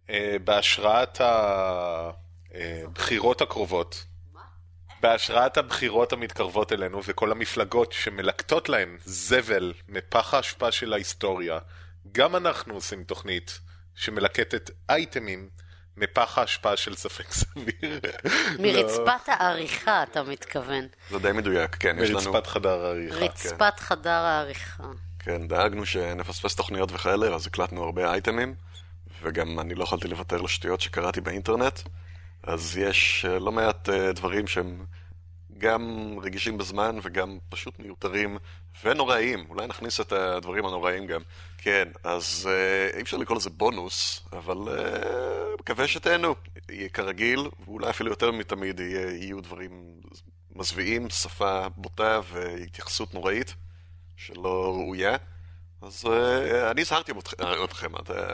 בהשראת הבחירות הקרובות, בהשראת הבחירות המתקרבות אלינו וכל המפלגות שמלקטות להן זבל מפח ההשפעה של ההיסטוריה, גם אנחנו עושים תוכנית שמלקטת אייטמים מפח ההשפעה של ספק סביר. מרצפת העריכה אתה מתכוון. זה די מדויק, כן. מרצפת חדר העריכה. רצפת חדר העריכה. כן, דאגנו שנפספס תוכניות וכאלה, אז הקלטנו הרבה אייטמים, וגם אני לא יכולתי לוותר לשטויות שקראתי באינטרנט, אז יש לא מעט דברים שהם גם רגישים בזמן וגם פשוט מיותרים ונוראים. אולי נכניס את הדברים הנוראים גם. כן, אז אי אפשר לקרוא לזה בונוס, אבל מקווה שתהנו. יהיה כרגיל, ואולי אפילו יותר מתמיד יהיו דברים מזוויעים, שפה בוטה והתייחסות נוראית שלא ראויה. אז אני הזהרתי אתכם,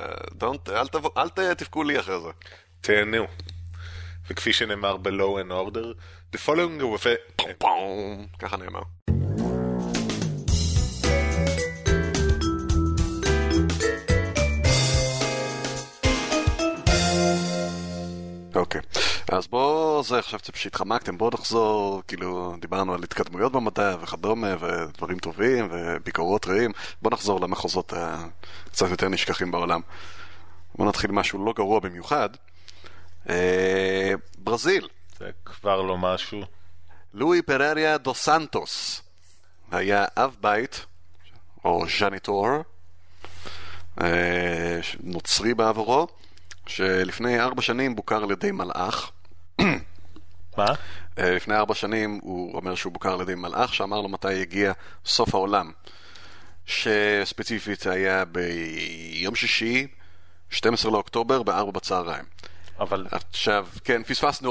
אל תפקו לי אחרי זה. תהנו. וכפי שנאמר ב-Law and Order, the following of ככה נאמר. אוקיי, אז בואו, חשבתי שהתחמקתם, בואו נחזור, כאילו דיברנו על התקדמויות במדע וכדומה ודברים טובים וביקורות רעים, בואו נחזור למחוזות קצת יותר נשכחים בעולם. בואו נתחיל משהו לא גרוע במיוחד. ברזיל. זה כבר לא משהו. לואי פרריה דו סנטוס היה אב בית או ז'ניטור נוצרי בעברו, שלפני 4 שנים בוקר על ידי מלאך. מה? לפני 4 שנים הוא אומר שהוא בוקר על ידי מלאך שאמר לו מתי יגיע סוף העולם, שספציפית היה ביום שישי 12 לאוקטובר ב-4 בצהריים. אבל עכשיו, כן, פספסנו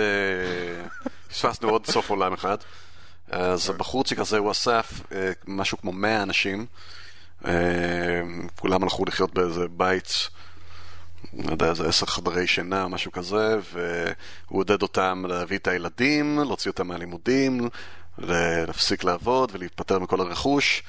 עוד סוף עולם אחד. אז הבחורציק הזה הוא אסף משהו כמו 100 אנשים, כולם הלכו לחיות באיזה בית, לא יודע, איזה 10 חדרי שינה או משהו כזה, והוא עודד אותם להביא את הילדים, להוציא אותם מהלימודים, להפסיק לעבוד ולהתפטר מכל הרכוש.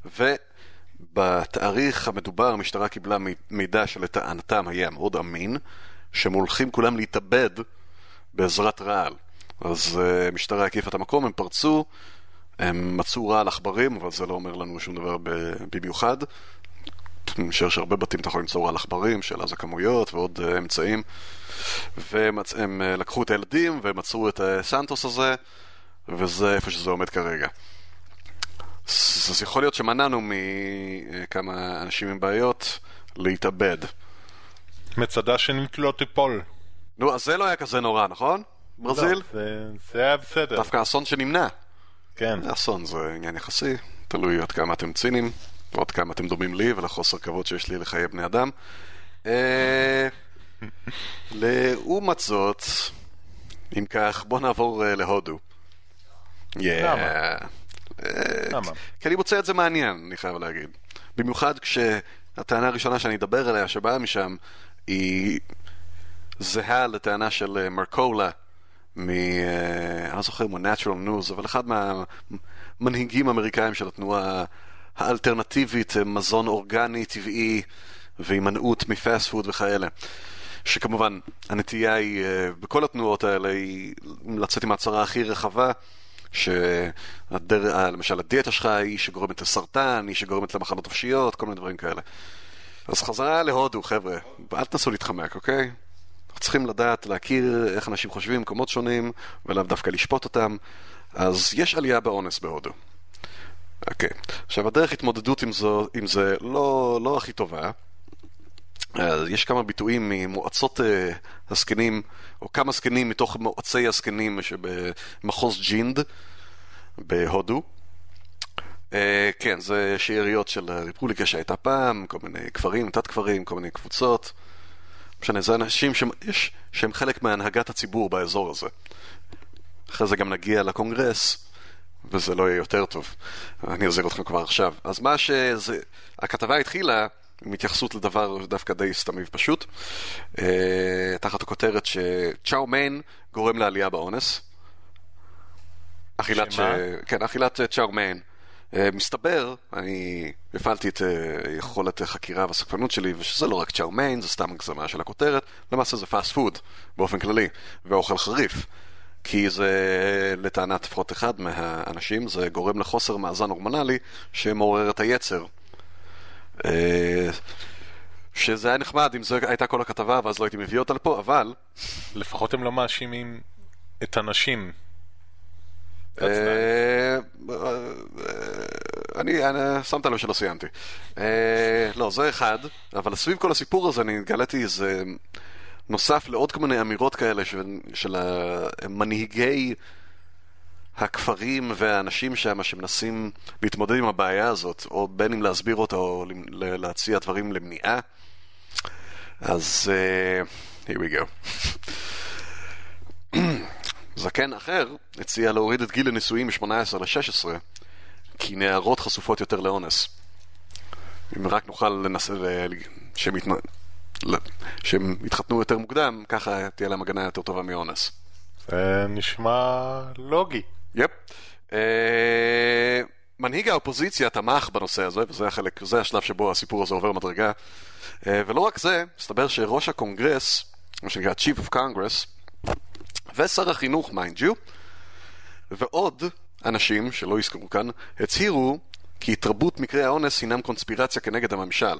ובתאריך המדובר המשטרה קיבלה מידע שלטענתם היה מאוד אמין, שהם הולכים כולם להתאבד בעזרת רעל. אז המשטרה הקיפה את המקום, הם פרצו, הם מצאו רעל עכברים, אבל זה לא אומר לנו שום דבר במיוחד. שיש הרבה בתים אתה יכול למצוא רעל עכברים, שאלה זה כמויות ועוד אמצעים. והם לקחו את הילדים ומצאו את סנטוס הזה, וזה איפה שזה עומד כרגע. אז יכול להיות שמנענו מכמה אנשים עם בעיות להתאבד. מצדה שנתלו תיפול. נו, אז זה לא היה כזה נורא, נכון? ברזיל? לא, זה היה בסדר. דווקא אסון שנמנע. כן. אסון זה עניין יחסי, תלוי עד כמה אתם צינים, ועד כמה אתם דומים לי ולחוסר כבוד שיש לי לחיי בני אדם. לעומת זאת, אם כך, בוא נעבור להודו. למה? כי אני מוצא את זה מעניין, אני חייב להגיד. במיוחד כשהטענה הראשונה שאני אדבר עליה, שבאה משם, היא זהה לטענה של מרקולה, אני לא זוכר מ-Natural News, אבל אחד מהמנהיגים האמריקאים של התנועה האלטרנטיבית, מזון אורגני, טבעי, והימנעות מפאסט פוד וכאלה. שכמובן, הנטייה היא, בכל התנועות האלה, היא לצאת עם ההצהרה הכי רחבה, למשל הדיאטה שלך היא שגורמת לסרטן, היא שגורמת למחלות נפשיות, כל מיני דברים כאלה. אז חזרה להודו, חבר'ה, אל תנסו להתחמק, אוקיי? אנחנו צריכים לדעת, להכיר איך אנשים חושבים במקומות שונים, ולאו דווקא לשפוט אותם. אז יש עלייה באונס בהודו. אוקיי. עכשיו, הדרך התמודדות עם זה לא הכי טובה. יש כמה ביטויים ממועצות הזקנים, או כמה זקנים מתוך מועצי הזקנים שבמחוז ג'ינד בהודו. כן, זה שאריות של הרפובליקה שהייתה פעם, כל מיני כפרים, תת כפרים, כל מיני קבוצות. משנה, זה אנשים שהם חלק מהנהגת הציבור באזור הזה. אחרי זה גם נגיע לקונגרס, וזה לא יהיה יותר טוב. אני אעזר אתכם כבר עכשיו. אז הכתבה התחילה עם התייחסות לדבר דווקא די סתמי ופשוט, תחת הכותרת שצ'או מיין גורם לעלייה באונס. אכילת צ'או מיין, מסתבר, אני הפעלתי את יכולת חקירה והסקפנות שלי, ושזה לא רק צ'או מיין, זה סתם הגזמה של הכותרת, למעשה זה פאסט פוד, באופן כללי, ואוכל חריף. כי זה, לטענת לפחות אחד מהאנשים, זה גורם לחוסר מאזן הורמונלי שמעורר את היצר. שזה היה נחמד אם זו הייתה כל הכתבה, ואז לא הייתי מביא אותה לפה, אבל... לפחות הם לא מאשימים את הנשים. אני שמת לב שלא סיימתי. לא, זה אחד, אבל סביב כל הסיפור הזה אני גלתי איזה נוסף לעוד כל מיני אמירות כאלה של מנהיגי הכפרים והאנשים שם שמנסים להתמודד עם הבעיה הזאת, או בין אם להסביר אותה או להציע דברים למניעה. אז here we go. זקן אחר הציע להוריד את גיל הנישואים מ-18 ל-16 כי נערות חשופות יותר לאונס. אם רק נוכל לנסה שהם יתחתנו יותר מוקדם, ככה תהיה להם הגנה יותר טובה מאונס. זה נשמע לוגי. יפ. מנהיג האופוזיציה תמך בנושא הזה, וזה השלב שבו הסיפור הזה עובר מדרגה. ולא רק זה, מסתבר שראש הקונגרס, מה שנקרא Chief of Congress, ושר החינוך, mind you, ועוד אנשים שלא יזכרו כאן, הצהירו כי התרבות מקרי האונס הינם קונספירציה כנגד הממשל.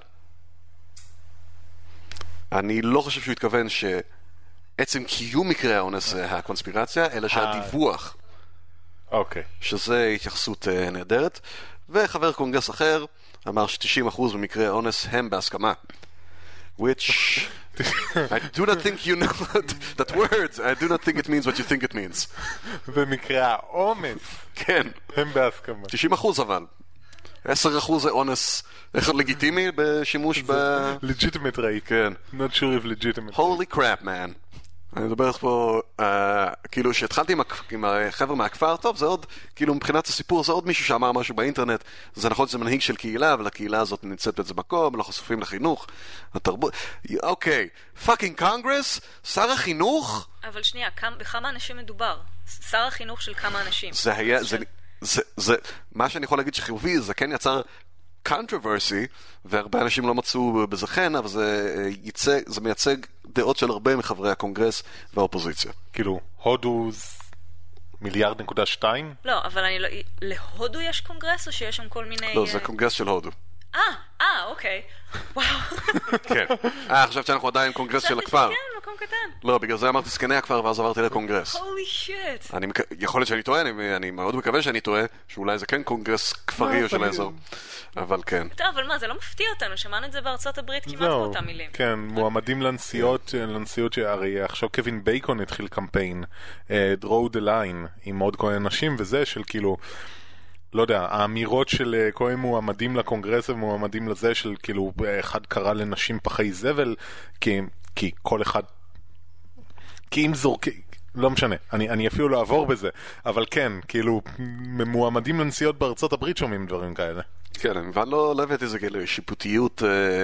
אני לא חושב שהוא התכוון שעצם קיום מקרי האונס זה הקונספירציה, אלא שהדיווח. אוקיי. שזה התייחסות נהדרת. וחבר קונגרס אחר אמר ש90% ממקרי האונס הם בהסכמה. Which I do not think you know that words. I do not think it means what you think it means. במקרי האומץ. כן. הם בהסכמה. 90% אבל. 10% זה אונס לגיטימי בשימוש ב... legitimate right. כן. Not sure if legitimate. Holy crap, man. אני מדבר פה, כאילו שהתחלתי עם החבר'ה מהכפר, טוב, זה עוד, כאילו מבחינת הסיפור, זה עוד מישהו שאמר משהו באינטרנט, זה נכון שזה מנהיג של קהילה, אבל הקהילה הזאת נמצאת באיזה מקום, לא חשופים לחינוך, התרבות, אוקיי, פאקינג קונגרס, שר החינוך? אבל שנייה, בכמה אנשים מדובר? שר החינוך של כמה אנשים? זה היה, מה שאני יכול להגיד שחיובי, זה כן יצר controversy, והרבה אנשים לא מצאו בזה חן, אבל זה מייצג דעות של הרבה מחברי הקונגרס והאופוזיציה. כאילו, הודו 1.2 מיליארד? לא, אבל להודו יש קונגרס או שיש שם כל מיני... לא, זה קונגרס של הודו. אוקיי. וואו. כן. חשבת שאנחנו עדיין קונגרס של הכפר. כן, מקום קטן. לא, בגלל זה אמרתי סקני הכפר ואז עברתי לקונגרס. הולי שיט. יכול להיות שאני טועה, אני מאוד מקווה שאני טועה, שאולי זה כן קונגרס כפרי או של האזור. אבל כן. טוב, אבל מה, זה לא מפתיע אותנו, שמענו את זה בארצות הברית כמעט באותם מילים. כן, מועמדים לנסיעות שהרי עכשיו קווין בייקון התחיל קמפיין, draw the line, עם עוד כל אנשים וזה של כאילו, לא יודע, האמירות של כל מועמדים לקונגרס ומועמדים לזה של כאילו, אחד קרא לנשים פחי זבל, כי כל אחד, כי אם זורקים, לא משנה, אני אפילו לא אעבור בזה, אבל כן, כאילו, מועמדים לנסיעות בארצות הברית שומעים דברים כאלה. כן, אני לא הבאתי איזה כאילו שיפוטיות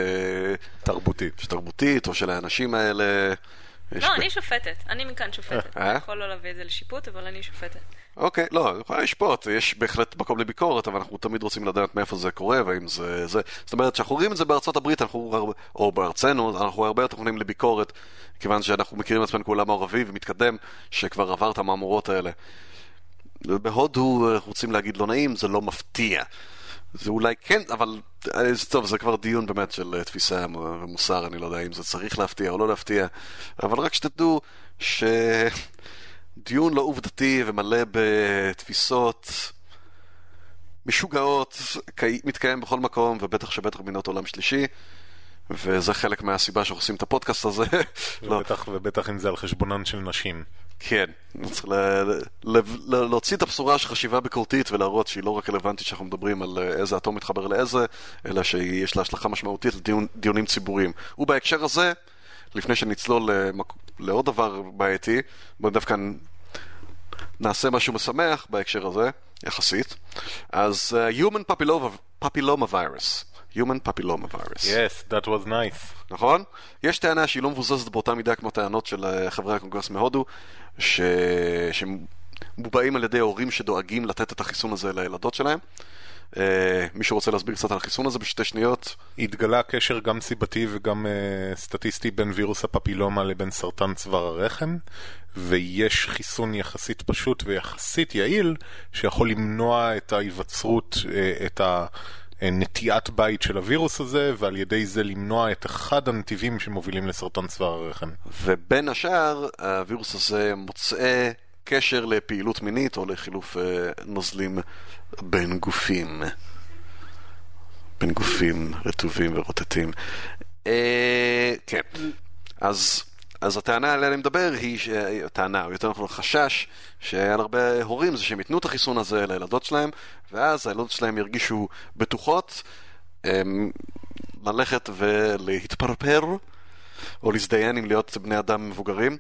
תרבותית, או של האנשים האלה. לא, אני שופטת, אני מכאן שופטת. אני יכול לא להביא את זה לשיפוט, אבל אני שופטת. אוקיי, לא, אני יכולה לשפוט, יש בהחלט מקום לביקורת, אבל אנחנו תמיד רוצים לדעת מאיפה זה קורה, והאם זה... זאת אומרת, שאנחנו רואים את זה בארצות הברית, או בארצנו, אנחנו הרבה יותר נכונים לביקורת, כיוון שאנחנו מכירים עצמנו כעולם הערבי ומתקדם, שכבר עבר את המאמורות האלה. בהודו רוצים להגיד לא נעים, זה לא מפתיע. זה אולי כן, אבל טוב, זה כבר דיון באמת של תפיסה ומוסר, אני לא יודע אם זה צריך להפתיע או לא להפתיע, אבל רק שתדעו דיון לא עובדתי ומלא בתפיסות משוגעות מתקיים בכל מקום, ובטח שבטח במדינות עולם שלישי, וזה חלק מהסיבה שאנחנו עושים את הפודקאסט הזה. ובטח אם זה על חשבונן של נשים. כן, צריך להוציא את הבשורה של חשיבה ביקורתית ולהראות שהיא לא רק רלוונטית שאנחנו מדברים על איזה אטום מתחבר לאיזה, אלא שיש לה השלכה משמעותית לדיונים ציבוריים. ובהקשר הזה, לפני שנצלול לעוד דבר בעייתי, בואו דווקא נעשה משהו משמח בהקשר הזה, יחסית. אז Human Papilloma Virus. Human Papilloma Virus. Yes, that was nice. נכון? יש טענה שהיא לא מבוססת באותה מידה כמו טענות של חברי הקונגרס מהודו, שמובעים על ידי הורים שדואגים לתת את החיסון הזה לילדות שלהם. מישהו רוצה להסביר קצת על החיסון הזה בשתי שניות? התגלה קשר גם סיבתי וגם סטטיסטי בין וירוס הפפילומה לבין סרטן צוואר הרחם, ויש חיסון יחסית פשוט ויחסית יעיל שיכול למנוע את ההיווצרות, את הנטיית בית של הווירוס הזה, ועל ידי זה למנוע את אחד הנתיבים שמובילים לסרטן צוואר הרחם. ובין השאר, הווירוס הזה מוצא קשר לפעילות מינית או לחילוף נוזלים בין גופים. בין גופים רטובים ורוטטים. כן. אז הטענה עליה אני מדבר היא, הטענה, או יותר נכון חשש, שעל הרבה הורים זה שהם ייתנו את החיסון הזה לילדות שלהם, ואז הילדות שלהם ירגישו בטוחות ללכת ולהתפרפר, או להזדיין עם להיות בני אדם מבוגרים.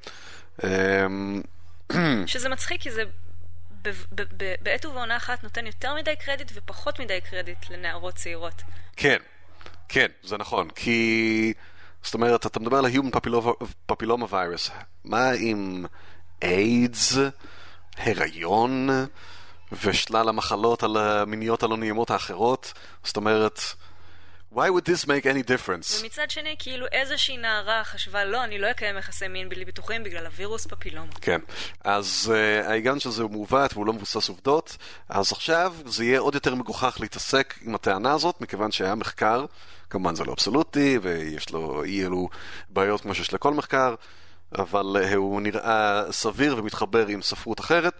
שזה מצחיק, כי זה בעת ובעונה אחת נותן יותר מדי קרדיט ופחות מדי קרדיט לנערות צעירות. כן, כן, זה נכון, כי זאת אומרת, אתה מדבר על ה-Human Papilloma Virus, מה עם איידס, הריון ושלל המחלות המיניות הלא נעימות האחרות? זאת אומרת, why would this make any difference? ומצד שני, כאילו איזושהי נערה חשבה, לא, אני לא אקיים יחסי מין בלי ביטוחים בגלל הווירוס פפילומה. כן, אז ההיגיון שזה מעוות והוא לא מבוסס עובדות, אז עכשיו זה יהיה עוד יותר מגוחך להתעסק עם הטענה הזאת, מכיוון שהיה מחקר, כמובן זה לא אבסולוטי, ויהיה לו בעיות כמו שיש לכל מחקר, אבל הוא נראה סביר ומתחבר עם ספרות אחרת,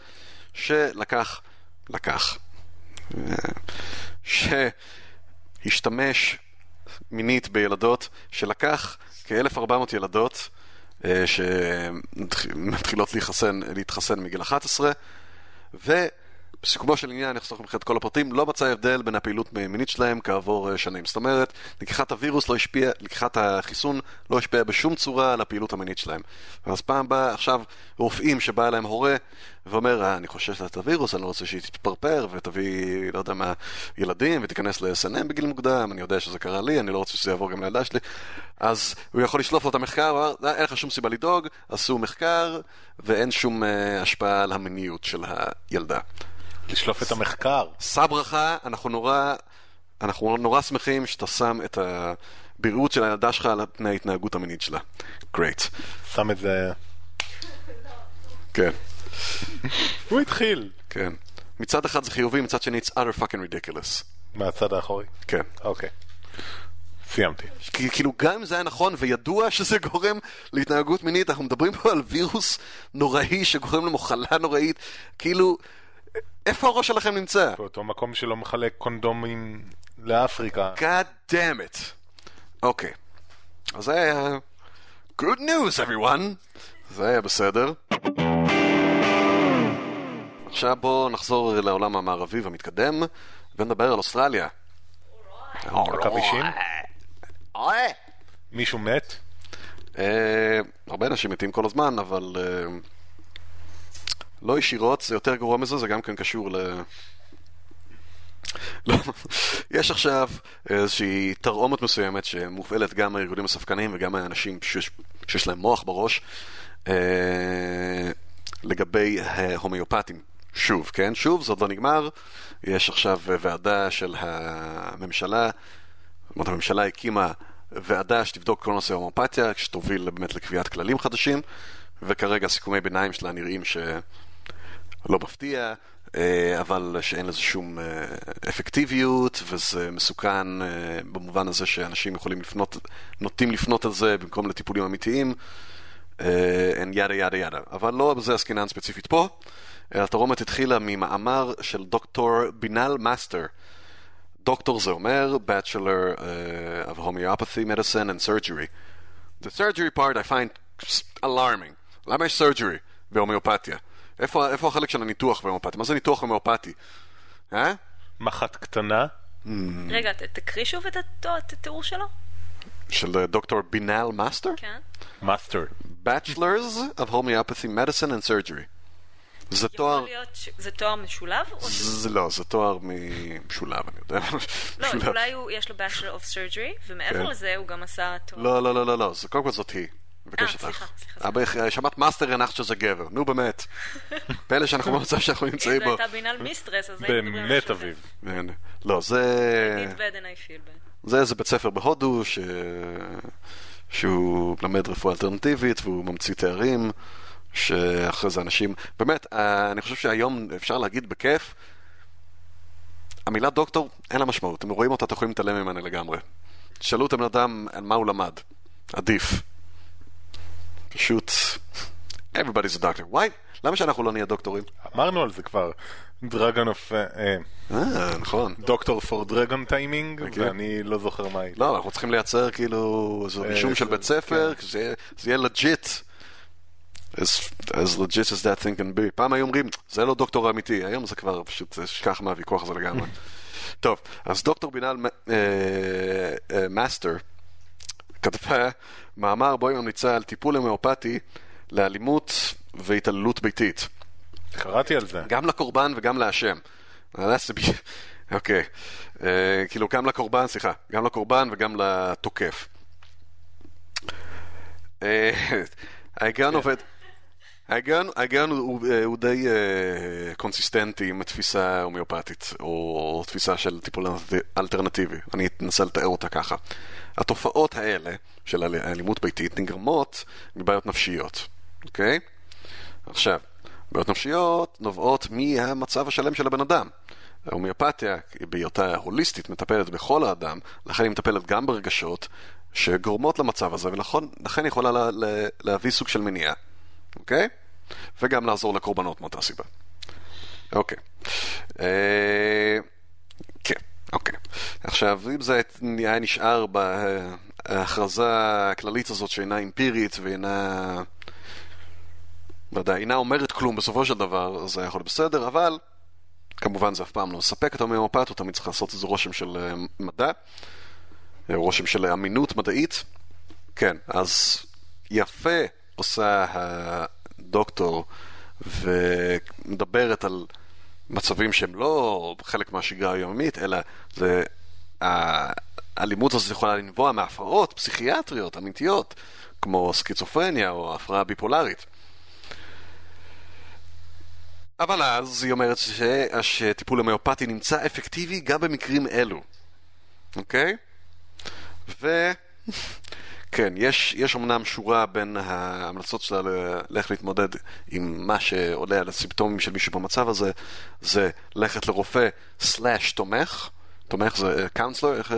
שהשתמש מינית בילדות, שלקח כ-1,400 ילדות שמתחילות להתחסן מגיל 11, בסיכומו של עניין, אני אחסוך לכם את כל הפרטים, לא מצא הבדל בין הפעילות מינית שלהם כעבור שנים. זאת אומרת, לקיחת החיסון לא השפיע בשום צורה על הפעילות המינית שלהם. ואז פעם באה, עכשיו, רופאים שבא להם הורה, ואומר, אני חושש את הווירוס, אני לא רוצה שהיא תתפרפר, ותביא, לא יודע מה, ילדים, ותיכנס ל-SNM בגיל מוקדם, אני יודע שזה קרה לי, אני לא רוצה שזה יעבור גם לילדה שלי. אז הוא יכול לשלוף לו את המחקר, אין לך שום סיבה לדאוג, עשו מחקר, ואין שום השפעה על המיניות של הילדה. לשלוף את המחקר. סברכה, אנחנו נורא שמחים שאתה שם את הבריאות של הילדה שלך על פני ההתנהגות המינית שלה. Great. שם את זה... כן. הוא התחיל. כן. מצד אחד זה חיובי, מצד שני it's utter fucking ridiculous. מהצד האחורי? כן. אוקיי. סיימתי. כאילו גם אם זה היה נכון וידוע שזה גורם להתנהגות מינית, אנחנו מדברים פה על וירוס נוראי שגורם למחלה נוראית, כאילו... איפה הראש שלכם נמצא? באותו מקום שלא מחלק קונדומים לאפריקה. God damn it. אוקיי. אז זה היה... Good news, everyone. זה היה בסדר. עכשיו בואו נחזור לעולם המערבי והמתקדם, ונדבר על אוסטרליה. עכבישים? מישהו מת? הרבה אנשים מתים כל הזמן, אבל... לא ישירות, זה יותר גרוע מזה, זה גם כן קשור לא, יש עכשיו איזושהי תרעומת מסוימת שמופעלת גם מהארגונים הספקניים וגם מהאנשים שיש להם מוח בראש לגבי הומאופטים. שוב, כן? שוב, זה עוד לא נגמר. יש עכשיו ועדה של הממשלה, זאת אומרת, הממשלה הקימה ועדה שתבדוק כל נושא הומאופתיה, שתוביל באמת לקביעת כללים חדשים, וכרגע סיכומי ביניים שלה נראים שלא מפתיע, אבל שאין לזה שום אפקטיביות, וזה מסוכן במובן הזה שאנשים נוטים לפנות על זה במקום לטיפולים אמיתיים, ידה ידה ידה. אבל לא בזה עסקינן ספציפית פה. התרעומת התחילה ממאמר של דוקטור בינאל מאסטר. דוקטור זה אומר Bachelor of Homeopathy, Medicine and Surgery. The surgery part I find alarming. למה יש surgery בהומאופתיה? איפה החלק של הניתוח בהומאופתיה? מה זה ניתוח הומאופתי? מחט קטנה? רגע, תקריא שוב את התיאור שלו? של דוקטור בינאל מאסטר? כן. מאסטר. Bachelors of Homeopathy, Medicine and Surgery. זה תואר... יכול להיות זה תואר משולב? לא, זה תואר משולב, אני יודע. לא, אולי יש לו Bachelor of Surgery, ומעבר לזה הוא גם עשה תואר... לא, זה קודם כל זאת היא. מבקשת לך. סליחה. שמעת מאסטר הנחת שזה גבר, נו באמת. פלא שאנחנו במצב שאנחנו נמצאים אם בו. זה הייתה בינה על מיסטרס, אז היינו מדברים על באמת שוטר. אביב. לא, זה... I did bad and I feel bad. זה איזה בית ספר בהודו שהוא למד רפואה אלטרנטיבית והוא ממציא תארים שאחרי זה אנשים... באמת, אני חושב שהיום אפשר להגיד בכיף המילה דוקטור אין לה משמעות. אתם רואים אותה, אתם יכולים להתעלם ממנה לגמרי. תשאלו את הבן אדם על מה הוא למד. עדיף. פשוט... Everybody's a doctor. Why? למה שאנחנו לא נהיה דוקטורים? אמרנו על זה כבר. דרגון אוף... נכון. דוקטור פור דרגון טיימינג, ואני לא זוכר מה היא. לא, אנחנו צריכים לייצר כאילו איזה רישום של בית ספר, זה יהיה legit. As legit as that thing can be. פעם היו אומרים, זה לא דוקטור אמיתי, היום זה כבר פשוט שכח מהוויכוח הזה לגמרי. טוב, אז דוקטור בינאל מאסטר כתבה מאמר בו היא ממליצה על טיפול הומאופתי לאלימות והתעללות ביתית. קראתי על זה. גם לקורבן וגם לאשם. אוקיי. כאילו גם לקורבן, סליחה, גם לקורבן וגם לתוקף. ההיגיון עובד... ההיגיון הוא די קונסיסטנטי עם תפיסה הומאופתית, או תפיסה של טיפול אלטרנטיבי. אני אנסה לתאר אותה ככה. התופעות האלה של האלימות ביתית נגרמות מבעיות נפשיות. אוקיי? עכשיו, בעיות נפשיות נובעות מהמצב השלם של הבן אדם. ההומאופתיה, בהיותה הוליסטית, מטפלת בכל האדם, לכן היא מטפלת גם ברגשות שגורמות למצב הזה, ולכן יכולה להביא סוג של מניעה. אוקיי? וגם לעזור לקורבנות מאותה סיבה. אוקיי. כן, אוקיי. עכשיו, אם זה היה נשאר בהכרזה הכללית הזאת שאינה אמפירית ואינה... אינה אומרת כלום בסופו של דבר, זה יכול להיות בסדר, אבל כמובן זה אף פעם לא מספק את ההומאופת, הוא תמיד צריך לעשות איזה רושם של מדע, רושם של אמינות מדעית. כן, אז יפה עושה הדוקטור ומדברת על מצבים שהם לא חלק מהשגרה היומית, אלא זה האלימות הזאת יכולה לנבוע מהפרעות פסיכיאטריות אמיתיות, כמו סקיצופרניה או הפרעה ביפולרית. אבל אז היא אומרת שטיפול הומאופתי נמצא אפקטיבי גם במקרים אלו. אוקיי? כן, יש אמנם שורה בין ההמלצות שלה ללכת להתמודד עם מה שעולה על הסימפטומים של מישהו במצב הזה, זה ללכת לרופא / תומך. תומך זה קאונסלר? איך...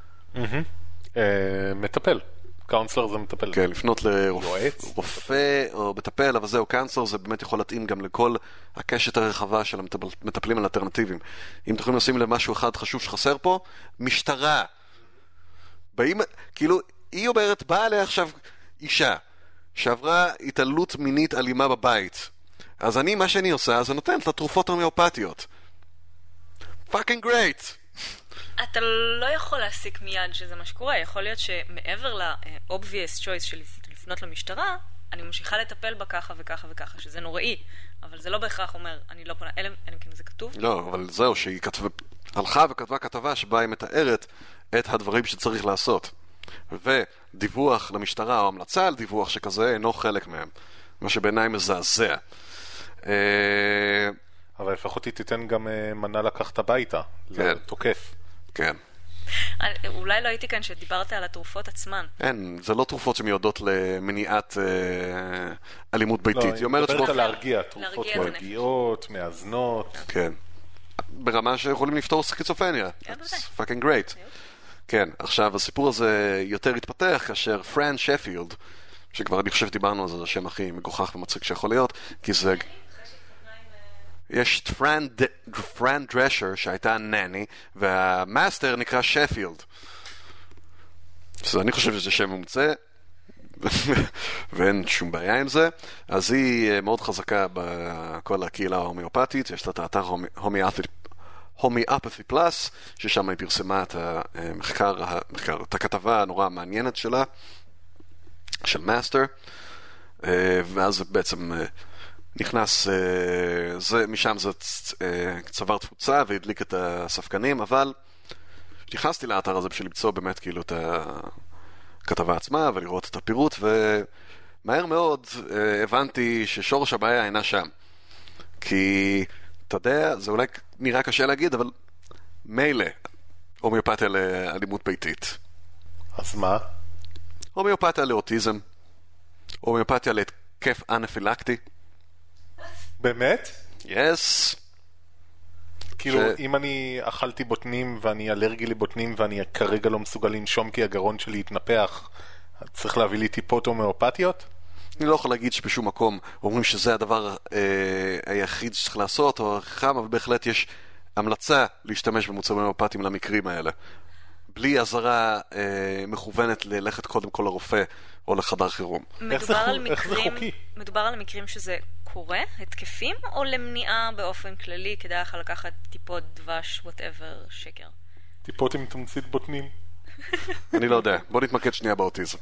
מטפל. קאונסלר זה מטפל. כן, לפנות לרופא או מטפל, אבל זהו, קאונסלר זה באמת יכול להתאים גם לכל הקשת הרחבה של המטפלים האלטרנטיביים. אם תוכלים לשים למשהו אחד חשוב שחסר פה, משטרה. באים, כאילו, היא אומרת, באה עליה עכשיו אישה שעברה התעללות מינית אלימה בבית. אז מה שאני עושה, אז אני נותנת לה תרופות הומאופתיות. fucking great! אתה לא יכול להסיק מיד שזה מה שקורה. יכול להיות שמעבר ל-obvious choice של לפנות למשטרה, אני ממשיכה לטפל בה ככה וככה וככה, שזה נוראי. אבל זה לא בהכרח אומר, אני לא פונה, אלא כן זה כתוב. לא, אבל זהו, שהיא הלכה וכתבה כתבה שבה היא מתארת את הדברים שצריך לעשות. ודיווח למשטרה או המלצה על דיווח שכזה אינו חלק מהם. מה שבעיניי מזעזע. אבל לפחות היא תיתן גם מנה לקחת הביתה. זה תוקף. כן. אולי לא הייתי כאן שדיברת על התרופות עצמן. אין, זה לא תרופות שמיועדות למניעת אלימות ביתית. לא, היא מדברת על להרגיע, תרופות מרגיעות, מאזנות. כן. ברמה שיכולים לפתור סקיצופרניה. That's fucking great. כן, עכשיו הסיפור הזה יותר התפתח כאשר פרן שפילד, שכבר אני חושב שדיברנו על זה, זה השם הכי מגוחך ומצחיק שיכול להיות, כי זה... יש פרן דרשר שהייתה נני, והמאסטר נקרא שפילד. אז אני חושב שזה שם מומצא, ואין שום בעיה עם זה. אז היא מאוד חזקה בכל הקהילה ההומאופתית, יש לה את האתר הומאופתי פלאס, ששם היא פרסמה את המחקר, את הכתבה הנורא המעניינת שלה, של מאסטר, ואז בעצם... נכנס, משם זה צבר תפוצה והדליק את הספקנים, אבל נכנסתי לאתר הזה בשביל למצוא באמת כאילו את הכתבה עצמה ולראות את הפירוט, מהר מאוד הבנתי ששורש הבעיה אינה שם. כי, אתה יודע, זה אולי נראה קשה להגיד, אבל מילא, הומיאופתיה לאלימות ביתית. אז מה? הומיאופתיה לאוטיזם, הומיאופתיה להתקף אנפילקטי. באמת? יס. כאילו, אם אני אכלתי בוטנים ואני אלרגי לבוטנים ואני כרגע לא מסוגל לנשום כי הגרון שלי יתנפח, צריך להביא לי טיפות הומאופתיות? אני לא יכול להגיד שבשום מקום אומרים שזה הדבר היחיד שצריך לעשות או חם, אבל בהחלט יש המלצה להשתמש במוצרים הומאופתיים למקרים האלה. בלי עזרה מכוונת ללכת קודם כל לרופא או לחדר חירום. מדובר על מקרים שזה קורה, התקפים, או למניעה באופן כללי, כדאי לך לקחת טיפות דבש, whatever, שקר? טיפות עם תמצית בוטנים. אני לא יודע. בוא נתמקד שנייה באוטיזם.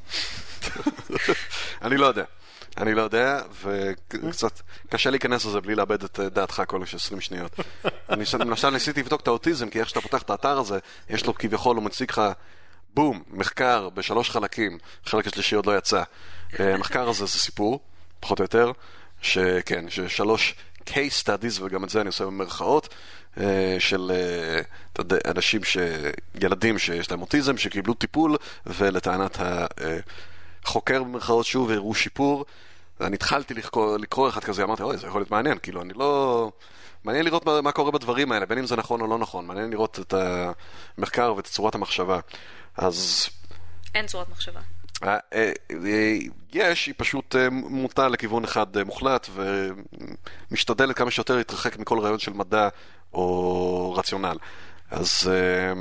אני לא יודע, וקצת קשה להיכנס לזה בלי לאבד את דעתך כל 20 שניות. אני למשל ניסיתי לבדוק את האוטיזם, כי איך שאתה פותח את האתר הזה, יש לו כביכול, הוא מציג לך בום, מחקר ב3 חלקים, חלק השלישי עוד לא יצא. המחקר הזה זה סיפור, פחות או יותר, שכן, ש3 case studies, וגם את זה אני עושה במרכאות, של אנשים, ילדים שיש להם אוטיזם, שקיבלו טיפול, ולטענת החוקר במרכאות שוב, הראו שיפור. אני התחלתי לקרוא אחד כזה, אמרתי, אוי, זה יכול להיות מעניין, כאילו, אני לא... מעניין לראות מה קורה בדברים האלה, בין אם זה נכון או לא נכון, מעניין לראות את המחקר ואת צורת המחשבה. אז... אין צורת מחשבה. יש, היא פשוט מוטה לכיוון אחד מוחלט, ומשתדלת כמה שיותר להתרחק מכל רעיון של מדע או רציונל. אז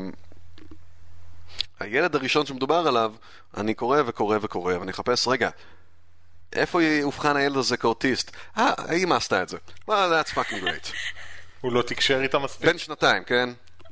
הילד הראשון שמדובר עליו, אני קורא וקורא, ואני אחפש, רגע, איפה הובחן הילד הזה כאוטיסט? האמא עשתה את זה. Well, that's fucking great. הוא לא תקשר איתה מספיק? בן 2, כן?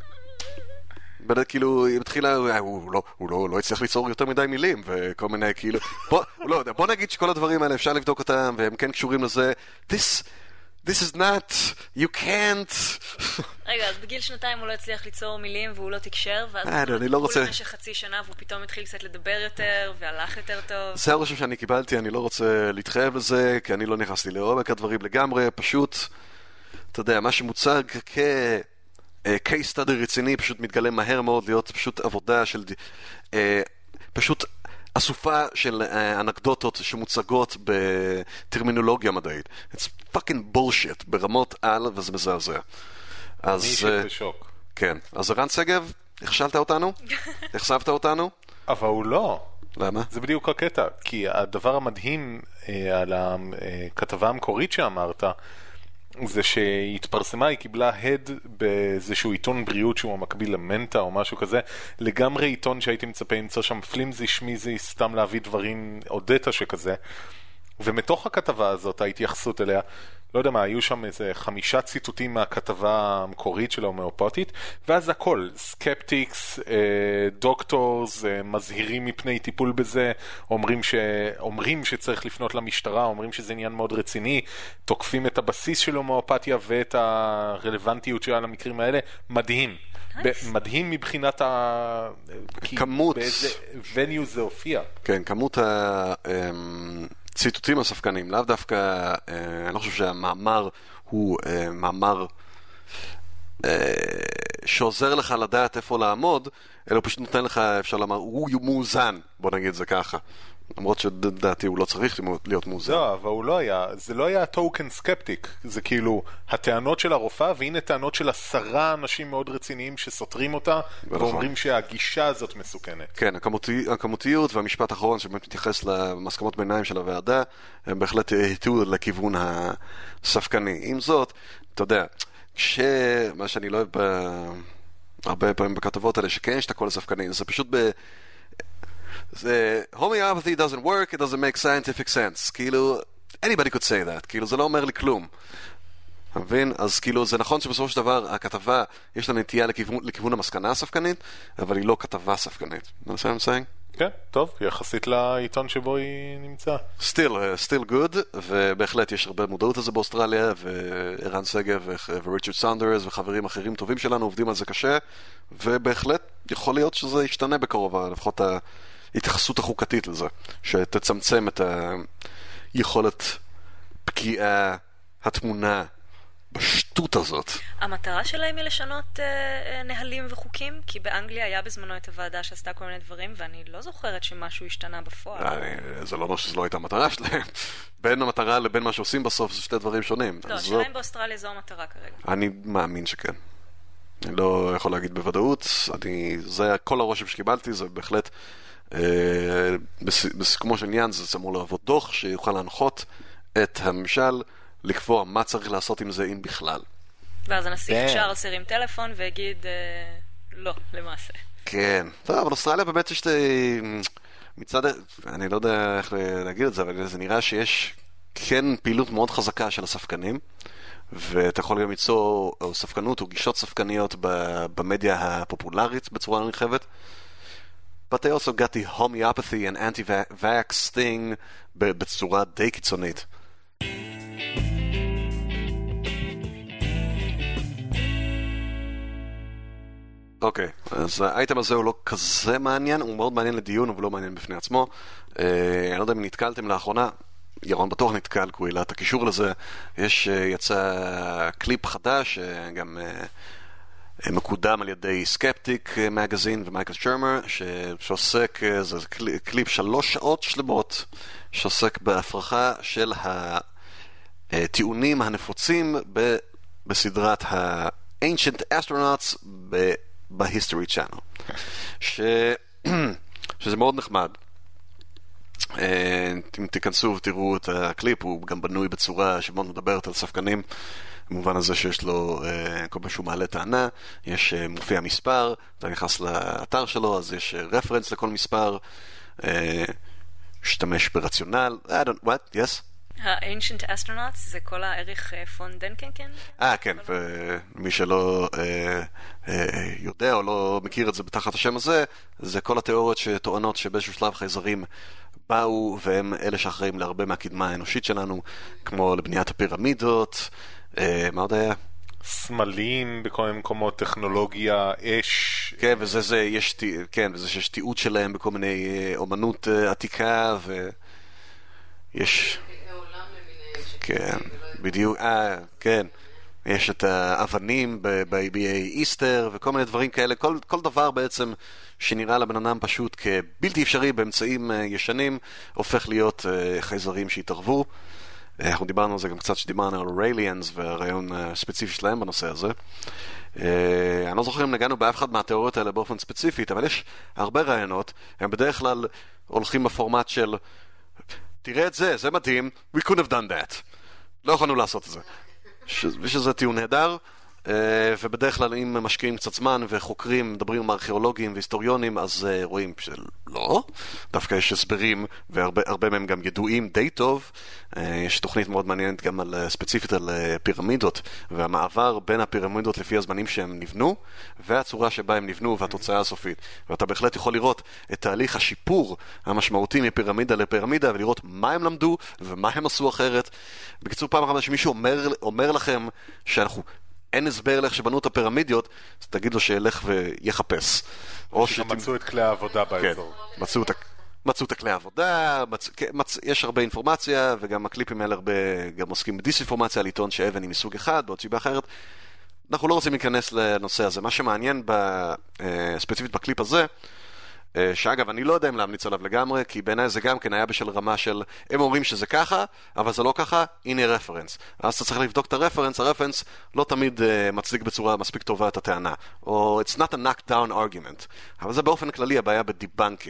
כאילו, היא מתחילה, הוא לא הצליח ליצור יותר מדי מילים, וכל מיני, כאילו, בוא נגיד שכל הדברים האלה אפשר לבדוק אותם, והם כן קשורים לזה. This is not, you can't. רגע, אז בגיל 2 הוא לא הצליח ליצור מילים, והוא לא תקשר, ואז אני לא רוצה... במשך חצי שנה, והוא פתאום התחיל קצת לדבר יותר, והלך יותר טוב. זה הרושם שאני קיבלתי, אני לא רוצה להתחייב לזה, כי אני לא נכנסתי לעומק הדברים לגמרי, פשוט, אתה יודע, מה שמוצג case study רציני פשוט מתגלה מהר מאוד להיות פשוט עבודה של פשוט אסופה של אנקדוטות שמוצגות בטרמינולוגיה מדעית. It's fucking bullshit ברמות על, וזה מזעזע. אני אישית בשוק. כן. אז ערן שגב, הכשלת אותנו? החשפת אותנו? אבל הוא לא. למה? זה בדיוק הקטע. כי הדבר המדהים על הכתבה המקורית שאמרת, זה שהתפרסמה, היא קיבלה הד באיזשהו עיתון בריאות שהוא המקביל למנטה או משהו כזה, לגמרי עיתון שהייתי מצפה למצוא שם פלימזי, שמיזי, סתם להביא דברים או דאטה שכזה, ומתוך הכתבה הזאת, ההתייחסות אליה, לא יודע מה, היו שם איזה 5 ציטוטים מהכתבה המקורית של ההומאופתית, ואז הכל, סקפטיקס, דוקטורס, מזהירים מפני טיפול בזה, אומרים שצריך לפנות למשטרה, אומרים שזה עניין מאוד רציני, תוקפים את הבסיס של הומאופתיה ואת הרלוונטיות שלה למקרים האלה, מדהים. מדהים מבחינת כמות. באיזה וניו זה הופיע. כן, כמות ציטוטים הספקנים, לאו דווקא, אני לא חושב שהמאמר הוא מאמר שעוזר לך לדעת איפה לעמוד, אלא פשוט נותן לך, אפשר לומר, הוא מאוזן, בוא נגיד זה ככה. למרות שדעתי הוא לא צריך להיות מאוזן. לא, אבל הוא לא היה, זה לא היה טוקן סקפטיק, זה כאילו הטענות של הרופאה, והנה טענות של 10 אנשים מאוד רציניים שסותרים אותה, ואומרים שהגישה הזאת מסוכנת. כן, הכמותיות והמשפט האחרון שבאמת מתייחס למסקנות ביניים של הוועדה, הם בהחלט היטו לכיוון הספקני. עם זאת, אתה יודע, מה שאני לא אוהב הרבה פעמים בכתבות האלה, שכן יש את הכל הספקני, זה פשוט זה, homeopathy doesn't work, it doesn't make scientific sense. כאילו, anybody could say that. כאילו, זה לא אומר לי כלום. אתה מבין? אז כאילו, זה נכון שבסופו של דבר, הכתבה, יש לה נטייה לכיוון המסקנה הספקנית, אבל היא לא כתבה ספקנית. מה I'm saying? כן, טוב, יחסית לעיתון שבו היא נמצא. Still good, ובהחלט יש הרבה מודעות לזה באוסטרליה, וערן שגב וריצ'רד סנדרס וחברים אחרים טובים שלנו עובדים על זה קשה, ובהחלט יכול להיות שזה ישתנה בקרוב, לפחות ההתייחסות החוקתית לזה, שתצמצם יכולת פגיעה התמונה בשטות הזאת. המטרה שלהם היא לשנות נהלים וחוקים, כי באנגליה היה בזמנו את הוועדה שעשתה כל מיני דברים, ואני לא זוכרת שמשהו השתנה בפועל. זה לא אומר שזו לא הייתה המטרה שלהם. בין המטרה לבין מה שעושים בסוף זה שתי דברים שונים. לא, שלהם באוסטרליה זו המטרה כרגע. אני מאמין שכן. אני לא יכול להגיד בוודאות. זה כל הרושם שקיבלתי, זה בהחלט בסיכומו של עניין, זה אמור לעבוד דוח שיוכל להנחות את הממשל לקבוע מה צריך לעשות עם זה אם בכלל. ואז הנשיא צ'ארלס הרים טלפון והגיד לא, למעשה. כן. טוב, אבל אוסטרליה באמת יש מצד, אני לא יודע איך להגיד את זה, אבל זה נראה שיש כן פעילות מאוד חזקה של הספקנים, ואתה יכול גם ליצור ספקנות או גישות ספקניות במדיה הפופולרית בצורה נרחבת. But they also got the homeopathy and anti-vax thing בצורה די קיצונית. אוקיי, אז האייטם הזה הוא לא כזה מעניין, הוא מאוד מעניין לדיון, אבל לא מעניין בפני עצמו. אני לא יודע אם נתקלתם לאחרונה, ירון בטוח נתקל, כי הוא העלה את הקישור לזה. יצא קליפ חדש, גם מקודם על ידי סקפטיק מגזין ומייקל שרמר, שעוסק, זה קליפ 3 שעות שלמות, שעוסק בהפרחה של הטיעונים הנפוצים בסדרת ה-Ancient Astronauts ב-History Channel. שזה מאוד נחמד. אם תיכנסו ותראו את הקליפ, הוא גם בנוי בצורה שמאוד מדברת על ספקנים, במובן הזה שיש לו, כל פעם שהוא מעלה טענה, יש מופיע מספר, אתה נכנס לאתר שלו, אז יש רפרנס לכל מספר, שתמש ברציונל. What? Yes? ה-Ancient Astronauts זה כל הערך פון דנקנקן? כן, ומי שלא יודע או לא מכיר את זה בתחת השם הזה, זה כל התיאוריות שטוענות שבאיזשהו שלב חייזרים באו, והם אלה שאחראים להרבה מהקדמה האנושית שלנו, כמו לבניית הפירמידות, מה עוד היה? סמלים בכל מיני מקומות, טכנולוגיה, אש. כן, וזה שיש תיעוד שלהם בכל מיני אומנות עתיקה, ויש... כן, בדיוק, כן. יש את האבנים באיי איסטר וכל מיני דברים כאלה, כל דבר בעצם שנראה לבן אדם פשוט כבלתי אפשרי באמצעים ישנים, הופך להיות חייזרים שהתערבו. אנחנו דיברנו על זה גם קצת שדיברנו על רייליאנס והרעיון הספציפי שלהם בנושא הזה. אני לא זוכר אם נגענו באף אחד מהתיאוריות האלה באופן ספציפית, אבל יש הרבה רעיונות, הם בדרך כלל הולכים בפורמט של תראה את זה, זה מדהים, we couldn't have done that. לא יכולנו לעשות את זה. ושזה טיעון נהדר, ובדרך כלל אם משקיעים קצת זמן וחוקרים, מדברים עם ארכיאולוגים והיסטוריונים, אז רואים שלא. דווקא יש הסברים, והרבה מהם גם ידועים די טוב. יש תוכנית מאוד מעניינת גם ספציפית על פירמידות, והמעבר בין הפירמידות לפי הזמנים שהם נבנו, והצורה שבה הם נבנו והתוצאה הסופית. ואתה בהחלט יכול לראות את תהליך השיפור המשמעותי מפירמידה לפירמידה, ולראות מה הם למדו ומה הם עשו אחרת. בקיצור, פעם אחת שמישהו אומר לכם שאנחנו... אין הסבר לך שבנו את הפירמידיות, אז תגיד לו שילך ויחפש. שגם מצאו את כלי העבודה באזור. כן, מצאו את כלי העבודה, יש הרבה אינפורמציה, וגם הקליפים האלה גם עוסקים בדיסאינפורמציה על עיתון שאבן היא מסוג אחד, בעוד סיבה אחרת. אנחנו לא רוצים להיכנס לנושא הזה. מה שמעניין ספציפית בקליפ הזה, שאגב, אני לא יודע אם להמליץ עליו לגמרי, כי בעיניי זה גם כן היה בשל רמה של, הם אומרים שזה ככה, אבל זה לא ככה, הנה רפרנס. אז אתה צריך לבדוק את הרפרנס לא תמיד מצדיק בצורה מספיק טובה את הטענה. או it's not a knockdown argument. אבל זה באופן כללי הבעיה בדיבנקינג.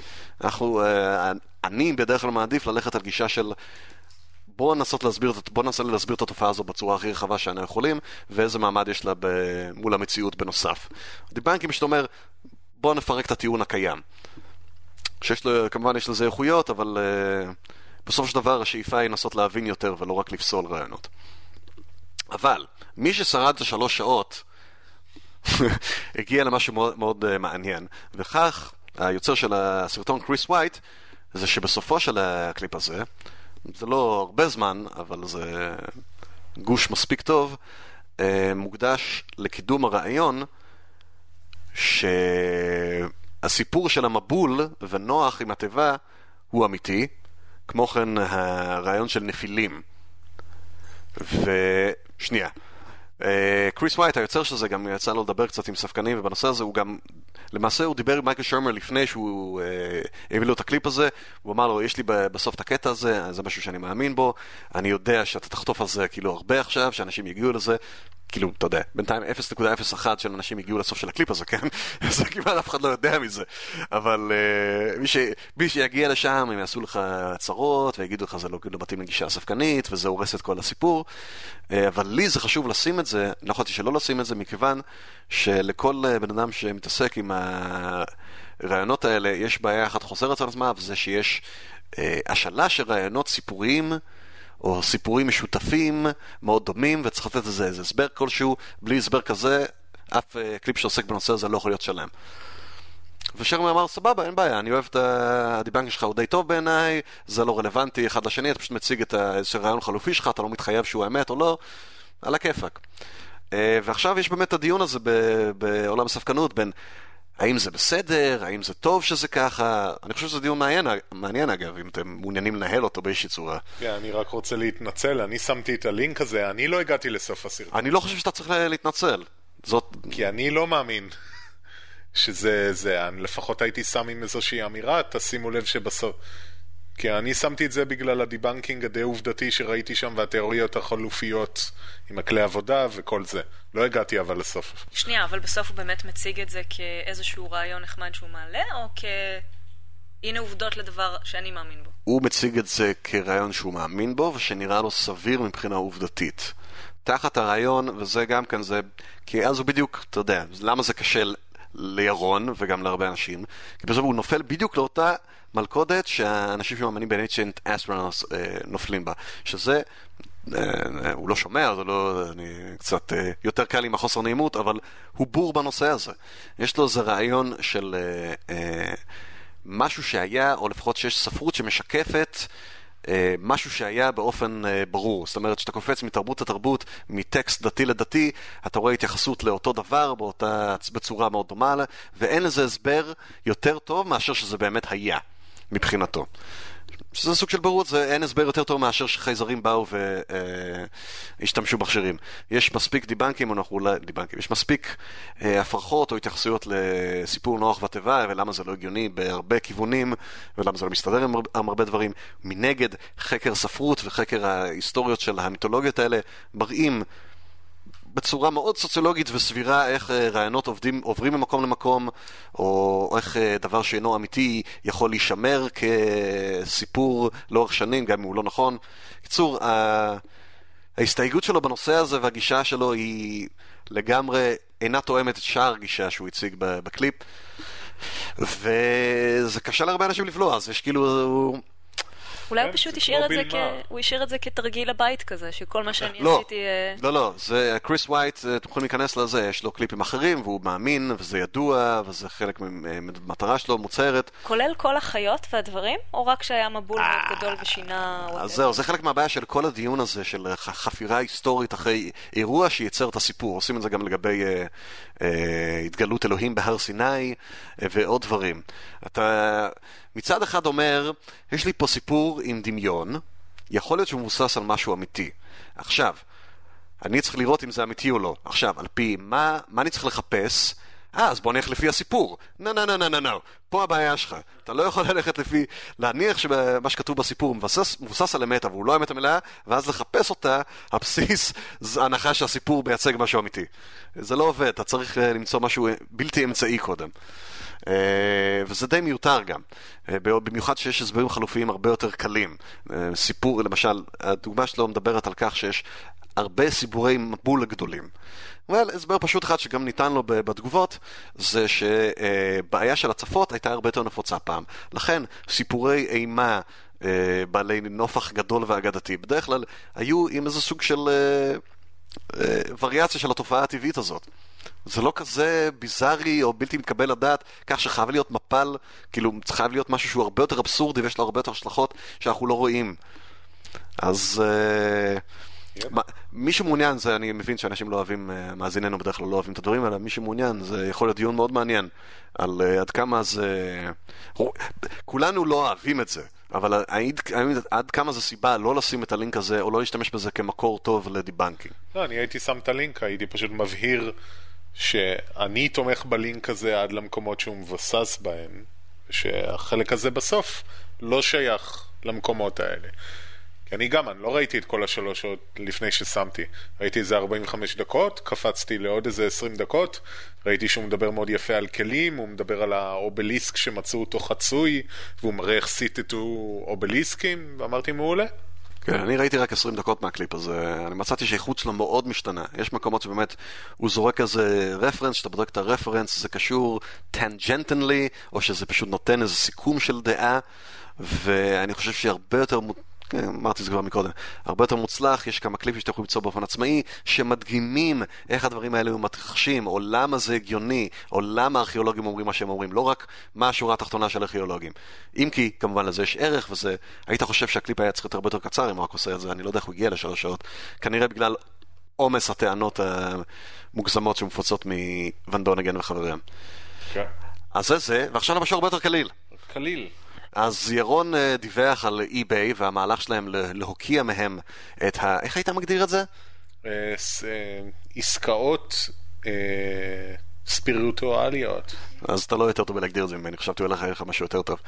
אני בדרך כלל מעדיף ללכת על גישה של, בואו ננסה להסביר את התופעה הזו בצורה הכי רחבה שאנחנו יכולים, ואיזה מעמד יש לה מול המציאות בנוסף. דיבנקינג שאתה אומר, בואו נפרק את הטיעון הקיים. כמובן יש לזה איכויות, אבל בסוף של דבר השאיפה היא לנסות להבין יותר ולא רק לפסול רעיונות. אבל מי ששרד את 3 שעות הגיע למשהו מאוד, מאוד מעניין, וכך היוצר של הסרטון קריס ווייט, זה שבסופו של הקליפ הזה, זה לא הרבה זמן, אבל זה גוש מספיק טוב, מוקדש לקידום הרעיון שהסיפור של המבול ונוח עם הטבע הוא אמיתי, כמו כן הרעיון של נפילים. ושנייה, קריס ווייט, היוצר של זה, גם יצא לו לדבר קצת עם ספקנים, ובנושא הזה הוא גם, למעשה הוא דיבר עם מייקל שרמר לפני שהוא הביא לו את הקליפ הזה, הוא אמר לו, יש לי בסוף את הקטע הזה, זה משהו שאני מאמין בו, אני יודע שאתה תחטוף על זה כאילו הרבה עכשיו, שאנשים יגיעו לזה, כאילו, אתה יודע, בינתיים 0.01 של אנשים הגיעו לסוף של הקליפ הזה, כן? זה כמעט אף אחד לא יודע מזה. אבל מי שיגיע לשם, הם יעשו לך הצהרות, ויגידו לך, זה לא מתאים לגישה הספקנית, וזה הורס את כל הסיפור. אבל לי זה חשוב לשים את זה, לא יכולתי שלא לשים את זה, מכיוון שלכל בן אדם שמתעסק עם הרעיונות האלה, יש בעיה אחת חוזרת על עצמה, וזה שיש השאלה של רעיונות סיפוריים, או סיפורים משותפים מאוד דומים, וצריך לתת איזה הסבר כלשהו, בלי הסבר כזה, אף קליפ שעוסק בנושא הזה לא יכול להיות שלם. ושרמי אמר, סבבה, אין בעיה, אני אוהב את הדיבנק שלך, הוא די טוב בעיניי, זה לא רלוונטי אחד לשני, אתה פשוט מציג את איזה רעיון חלופי שלך, אתה לא מתחייב שהוא האמת או לא, על הכיפק. ועכשיו יש באמת הדיון הזה בעולם הספקנות, בין האם זה בסדר, האם זה טוב שזה ככה, אני חושב שזה דיון מעניין אגב, אם אתם מעוניינים לנהל אותו באיזושהי צורה. כן, אני רק רוצה להתנצל, אני שמתי את הלינק הזה, אני לא הגעתי לסוף הסרטון. אני לא חושב שאתה צריך להתנצל. כי אני לא מאמין שזה, אני לפחות הייתי שם עם איזושהי אמירה, תשימו לב שבסוף, כי אני שמתי את זה בגלל הדיבנקינג הדי עובדתי שראיתי שם, והתיאוריות החלופיות עם הכלי עבודה וכל זה. לא הגעתי אבל לסוף. שנייה, אבל בסוף הוא באמת מציג את זה כאיזשהו רעיון נחמד שהוא מעלה, או הנה עובדות לדבר שאני מאמין בו? הוא מציג את זה כרעיון שהוא מאמין בו, ושנראה לו סביר מבחינה עובדתית. תחת הרעיון, וזה גם כאן זה, כי אז הוא בדיוק, אתה יודע, למה זה קשה לירון וגם להרבה אנשים? כי בסוף הוא נופל בדיוק לאותה מלכודת שהאנשים שמאמינים ב-Ancient Astronauts נופלים בה. שזה, הוא לא שומע, זה לא, אני קצת יותר קל עם החוסר נעימות, אבל הוא בור בנושא הזה. יש לו איזה רעיון של משהו שהיה, או לפחות שיש ספרות שמשקפת משהו שהיה באופן ברור. זאת אומרת, שאתה קופץ מתרבות לתרבות, מטקסט דתי לדתי, אתה רואה התייחסות לאותו דבר בצורה מאוד דומה, ואין לזה הסבר יותר טוב מאשר שזה באמת היה מבחינתו. שזה סוג של ברות, אין הסבר יותר טוב מאשר שחייזרים באו והשתמשו מכשירים. יש מספיק דיבנקים, יש מספיק הפרחות או התייחסויות לסיפור נוח וטבע, ולמה זה לא הגיוני בהרבה כיוונים, ולמה זה לא מסתדר עם הרבה דברים. מנגד, חקר ספרות וחקר ההיסטוריות של המיתולוגיות האלה מראים בצורה מאוד סוציולוגית וסבירה איך רעיונות עוברים ממקום למקום, או איך דבר שאינו אמיתי יכול להישמר כסיפור לאורך שנים, גם אם הוא לא נכון. בקיצור, ההסתייגות שלו בנושא הזה והגישה שלו היא לגמרי אינה תואמת את שאר הגישה שהוא הציג בקליפ, וזה קשה להרבה אנשים לבלוע, אז יש כאילו... אולי הוא פשוט השאיר את זה כתרגיל הבית כזה, שכל מה שאני עשיתי... לא, זה קריס ווייט, אתם יכולים להיכנס לזה, יש לו קליפים אחרים, והוא מאמין, וזה ידוע, וזה חלק ממטרה שלו, מוצרת. כולל כל החיות והדברים, או רק שהיה מבול מאוד גדול ושינה... אז זהו, זה חלק מהבעיה של כל הדיון הזה, של חפירה היסטורית אחרי אירוע שייצר את הסיפור. עושים את זה גם לגבי התגלות אלוהים בהר סיני, ועוד דברים. אתה... מצד אחד אומר, יש לי פה סיפור עם דמיון, יכול להיות שהוא מבוסס על משהו אמיתי. עכשיו, אני צריך לראות אם זה אמיתי או לא. עכשיו, על פי מה אני צריך לחפש? אז בוא נלך לפי הסיפור. לא. פה הבעיה שלך. אתה לא יכול ללכת לפי, להניח שמה שכתוב בסיפור מבוסס על אמת, אבל הוא לא אמת המלאה, ואז לחפש אותה, הבסיס, זה הנחה שהסיפור מייצג משהו אמיתי. זה לא עובד, אתה צריך למצוא משהו בלתי אמצעי קודם. וזה די מיותר גם, במיוחד שיש הסברים חלופיים הרבה יותר קלים. סיפור, למשל, הדוגמה שלו מדברת על כך שיש הרבה סיפורי מבול גדולים. אבל הסבר פשוט אחד שגם ניתן לו בתגובות, זה שבעיה של הצפות הייתה הרבה יותר נפוצה פעם. לכן סיפורי אימה בעלי נופח גדול ואגדתי בדרך כלל היו עם איזה סוג של וריאציה של התופעה הטבעית הזאת. זה לא כזה ביזרי או בלתי מקבל לדעת, כך שחייב להיות מפל, כאילו חייב להיות משהו שהוא הרבה יותר אבסורדי ויש לו הרבה יותר השלכות שאנחנו לא רואים. אז מי שמעוניין, זה אני מבין שאנשים לא אוהבים, מאזיננו בדרך כלל לא אוהבים את הדברים האלה, מי שמעוניין, זה יכול להיות דיון מאוד מעניין על עד כמה זה... כולנו לא אוהבים את זה, אבל עד כמה זה סיבה לא לשים את הלינק הזה, או לא להשתמש בזה כמקור טוב לדיבנקינג. לא, אני הייתי שם את הלינק, הייתי פשוט מבהיר שאני תומך בלינק הזה עד למקומות שהוא מבוסס בהם, שהחלק הזה בסוף לא שייך למקומות האלה. כי אני לא ראיתי את כל 3 שעות לפני ששמתי. ראיתי איזה 45 דקות, קפצתי לעוד איזה 20 דקות, ראיתי שהוא מדבר מאוד יפה על כלים, הוא מדבר על האובליסק שמצאו אותו חצוי, והוא מראה איך סיטטו אובליסקים, ואמרתי מעולה. כן, אני ראיתי רק 20 דקות מהקליפ הזה, אני מצאתי שהאיכות שלו מאוד משתנה. יש מקומות שבאמת הוא זורק איזה רפרנס, שאתה בודק את הרפרנס, זה קשור טנג'נטלי, או שזה פשוט נותן איזה סיכום של דעה, ואני חושב שהרבה יותר... אמרתי זה כבר מקודם, הרבה יותר מוצלח, יש כמה קליפים שאתם יכולים למצוא באופן עצמאי, שמדגימים איך הדברים האלה מתרחשים, או למה זה הגיוני, או למה הארכיאולוגים אומרים מה שהם אומרים, לא רק מה השורה התחתונה של הארכיאולוגים. אם כי, כמובן לזה יש ערך, וזה, היית חושב שהקליפ היה צריך יותר הרבה יותר קצר, אם הוא רק עושה את זה, אני לא יודע איך הוא הגיע ל3 שעות, כנראה בגלל עומס הטענות המוגזמות שמופצות מוון דונגן וחבריהם. כן. אז זה, ועכשיו למשהו הרבה יותר קליל. קליל. אז ירון דיווח על eBay והמהלך שלהם להוקיע מהם את איך היית מגדיר את זה? עסקאות ספיריטואליות. אז אתה לא יותר טוב בלהגדיר את זה ממני, חשבתי הולך לך משהו יותר טוב.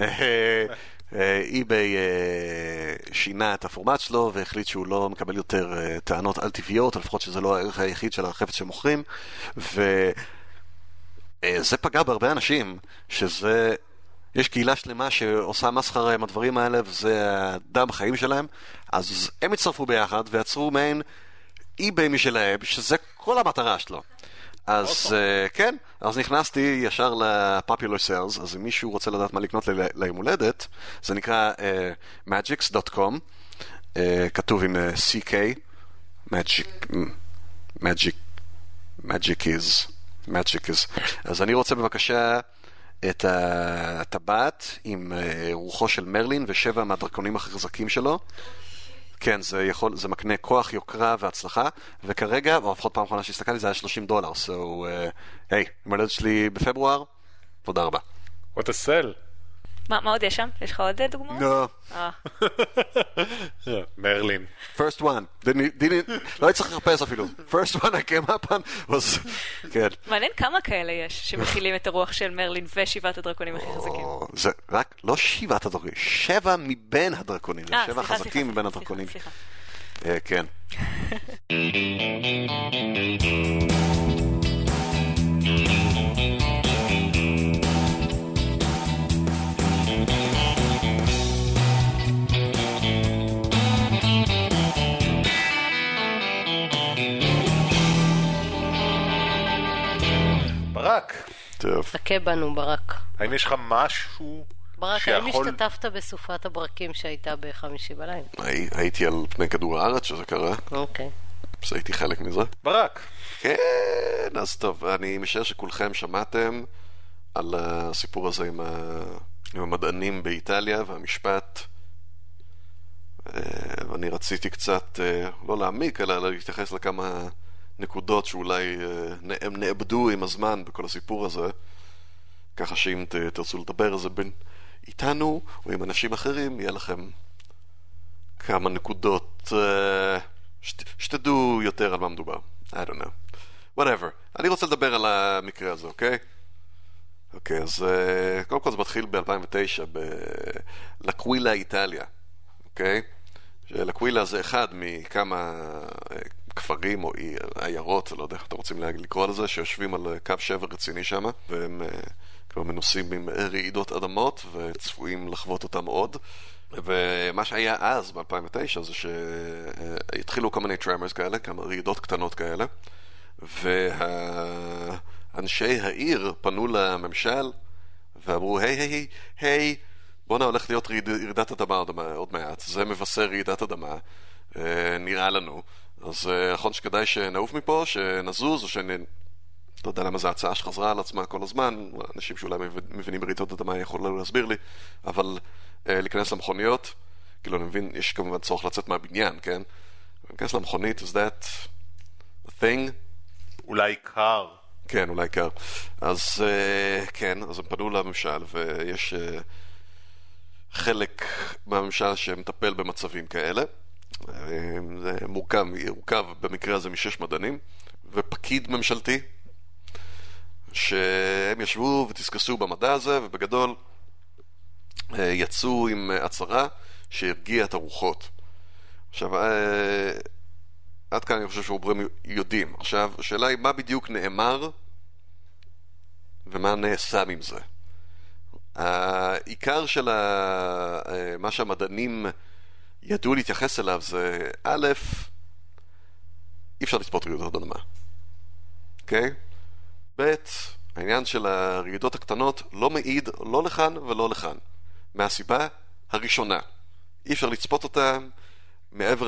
eBay שינה את הפורמט שלו והחליט שהוא לא מקבל יותר טענות על טבעיות, או לפחות שזה לא הערך היחיד של החפץ שמוכרים, וזה פגע בהרבה אנשים, שזה... יש קהילה שלמה שעושה מסחרה עם הדברים האלה, וזה הדם החיים שלהם, אז הם הצטרפו ביחד ויצרו מעין eBay משלהם, שזה כל המטרה שלו. אז כן, אז נכנסתי ישר ל-Popular Sales, אז אם מישהו רוצה לדעת מה לקנות ליום הולדת, זה נקרא magics.com, כתוב עם CK, magic is. אז אני רוצה בבקשה... את הטבעת עם רוחו של מרלין ו7 מהדרקונים החזקים שלו. כן, זה מקנה כוח, יוקרה והצלחה, וכרגע, או לפחות פעם אחרונה שהסתכלתי, זה היה $30. So, היי, המולדת שלי בפברואר, תודה רבה. What a sell. מה עוד יש שם? יש לך עוד דוגמאות? מרלין. First one. לא הייתי צריך לחפש אפילו. First one I came up on was... כן. מעניין כמה כאלה יש שמכילים את הרוח של מרלין ו7 הדרקונים הכי חזקים. זה רק, לא 7 הדרקונים, 7 מבין הדרקונים. 7 חזקים מבין הדרקונים. סליחה. כן. ברק. טוב. תכה בנו, ברק. האם יש לך משהו ברק, האם השתתפת בסופת הברקים שהייתה ב5 בלילה? הייתי על פני כדור הארץ שזה קרה. אוקיי. אז הייתי חלק מזה. ברק. כן, אז טוב, אני משער שכולכם שמעתם על הסיפור הזה עם המדענים באיטליה והמשפט, ואני רציתי קצת לא להעמיק, אלא להתייחס לכמה נקודות שאולי הם נאבדו עם הזמן בכל הסיפור הזה, ככה שאם תרצו לדבר על זה בין איתנו או עם אנשים אחרים, יהיה לכם כמה נקודות שתדעו יותר על מה מדובר. I don't know. Whatever. אני רוצה לדבר על המקרה הזה, אוקיי? אוקיי, אז קודם כל זה מתחיל ב-2009 בלקווילה, איטליה. אוקיי? שלקווילה זה אחד מכמה כפרים או עיירות, לא יודע איך אתם רוצים לקרוא לזה, שיושבים על קו שבר רציני שם, והם כבר מנוסים עם רעידות אדמות וצפויים לחוות אותם עוד. ומה שהיה אז ב-2009 זה שהתחילו כל מיני טרמרס כאלה, כמה רעידות קטנות כאלה, ואנשי העיר פנו לממשל ואמרו, היי, בואנה, הולך להיות רעידת אדמה עוד מעט, זה מבשר רעידת אדמה, נראה לנו, אז נכון שכדאי שנעוף מפה, שנזוז, או לא יודע למה זו הצעה שחזרה על עצמה כל הזמן, אנשים שאולי מבינים ברעידות אדמה יכולו להסביר לי, אבל להיכנס למכוניות, כאילו אני מבין, יש כמובן צורך לצאת מהבניין, כן? להיכנס למכונית, is that a thing? אולי קר. כן, אולי קר. אז כן, אז הם פנו לממשל, ויש חלק מהממשל שמטפל במצבים כאלה. זה מורכב במקרה הזה מ6 מדענים, ופקיד ממשלתי, שהם ישבו ותסכסו במדע הזה, ובגדול יצאו עם הצהרה שהרגיע את הרוחות. עכשיו, עד כאן אני חושב שהעוברים יודעים. עכשיו, השאלה היא מה בדיוק נאמר ומה נעשה עם זה. העיקר של מה שהמדענים ידעו להתייחס אליו זה א', אי אפשר לצפות רעידות אדמה. אוקיי? ב', העניין של הרעידות הקטנות לא מעיד לא לכאן ולא לכאן. מהסיבה הראשונה. אי אפשר לצפות אותם מעבר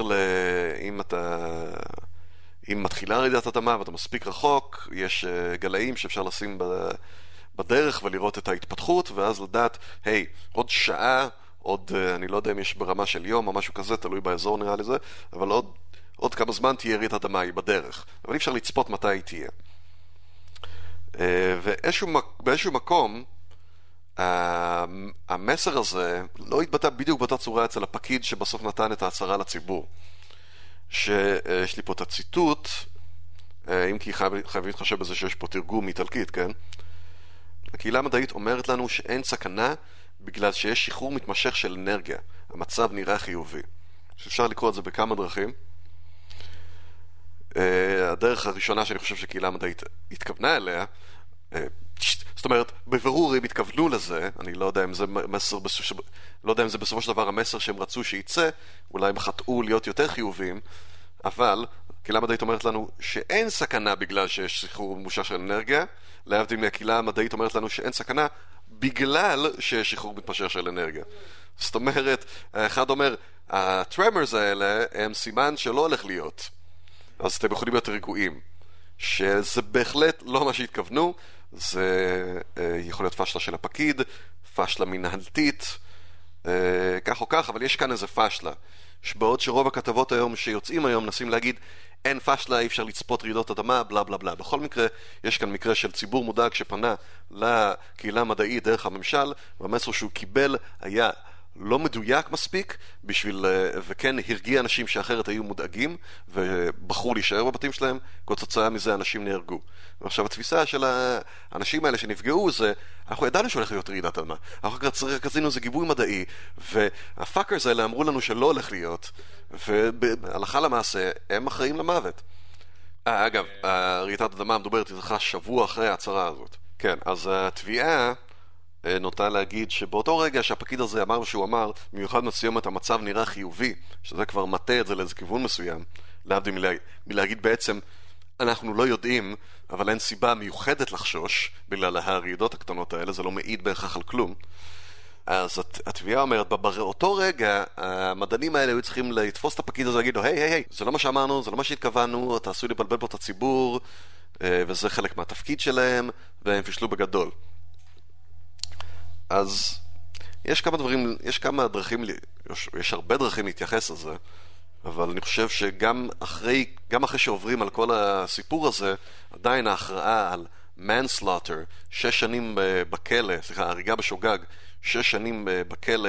אם מתחילה רעידת אדמה ואתה מספיק רחוק, יש גלאים שאפשר לשים בדרך ולראות את ההתפתחות, ואז לדעת, היי, עוד שעה, אני לא יודע אם יש ברמה של יום או משהו כזה, תלוי באזור נראה לי זה, אבל עוד כמה זמן תהיה רעידת אדמה, היא בדרך. אבל אי אפשר לצפות מתי היא תהיה. ובאיזשהו מקום, המסר הזה לא התבטא בדיוק באותה צורה אצל הפקיד שבסוף נתן את ההצהרה לציבור. שיש לי פה את הציטוט, אם כי חייבים להתחשב בזה שיש פה תרגום מאיטלקית, כן? הקהילה המדעית אומרת לנו שאין סכנה בגלל שיש שחרור מתמשך של אנרגיה. המצב נראה חיובי. שאפשר לקרוא את זה בכמה דרכים. הדרך הראשונה שאני חושב שקהילה המדעית התכוונה אליה, זאת אומרת, בבירור הם התכוונו לזה, אני לא יודע אם זה מסר, לא יודע אם זה בסופו של דבר המסר שהם רצו שייצא, אולי הם חטאו להיות יותר חיוביים, אבל הקהילה המדעית אומרת לנו שאין סכנה בגלל שיש שחרור ממושך של אנרגיה, להבדיל מהקהילה המדעית אומרת לנו שאין סכנה בגלל שיש שחרור מתמשך של אנרגיה. זאת אומרת, אחד אומר, הטרמרס האלה הם סימן שלא הולך להיות, אז אתם יכולים להיות רגועים, שזה בהחלט לא מה שהתכוונו, זה יכול להיות פשלה של הפקיד, פשלה מנהלתית, כך או כך, אבל יש כאן איזה פשלה, שבעוד שרוב הכתבות היום שיוצאים היום נסים להגיד, אין פשלה, אי אפשר לצפות רעידות אדמה, בלה בלה בלה. בכל מקרה, יש כאן מקרה של ציבור מודאג שפנה לקהילה המדעית דרך הממשל, והמסר שהוא קיבל היה לא מדויק מספיק וכן הרגיע אנשים שאחרת היו מודאגים ובחרו להישאר בבתים שלהם, כתוצאה מזה אנשים נהרגו. ועכשיו התפיסה של האנשים האלה שנפגעו זה, אנחנו ידענו שהולך להיות רעידת אדמה, אנחנו רק רצינו זה גיבוי מדעי, והפאקרס האלה אמרו לנו שלא הולך להיות, והלכה למעשה הם אחראים למוות. אגב, רעידת אדמה מדוברת איתך שבוע אחרי ההצהרה הזאת. כן, אז התביעה נוטה להגיד שבאותו רגע שהפקיד הזה אמר שהוא אמר, במיוחד מסוימת המצב נראה חיובי, שזה כבר מטה את זה לאיזה כיוון מסוים, להבדיל מלהגיד בעצם אנחנו לא יודעים, אבל אין סיבה מיוחדת לחשוש בגלל הרעידות הקטנות האלה, זה לא מעיד בהכרח על כלום. אז התביעה אומרת, באותו רגע המדענים האלה היו צריכים לתפוס את הפקיד הזה ולהגיד לו, היי, זה לא מה שאמרנו, זה לא מה שהתכוונו, אתה עשוי לבלבל פה את הציבור, וזה חלק מהתפקיד שלהם, והם פישלו בגדול. אז יש כמה דרכים, יש הרבה דרכים להתייחס לזה, אבל אני חושב שגם אחרי שעוברים על כל הסיפור הזה, עדיין ההכרעה על manslaughter, 6 שנים בכלא, הריגה בשוגג, 6 שנים בכלא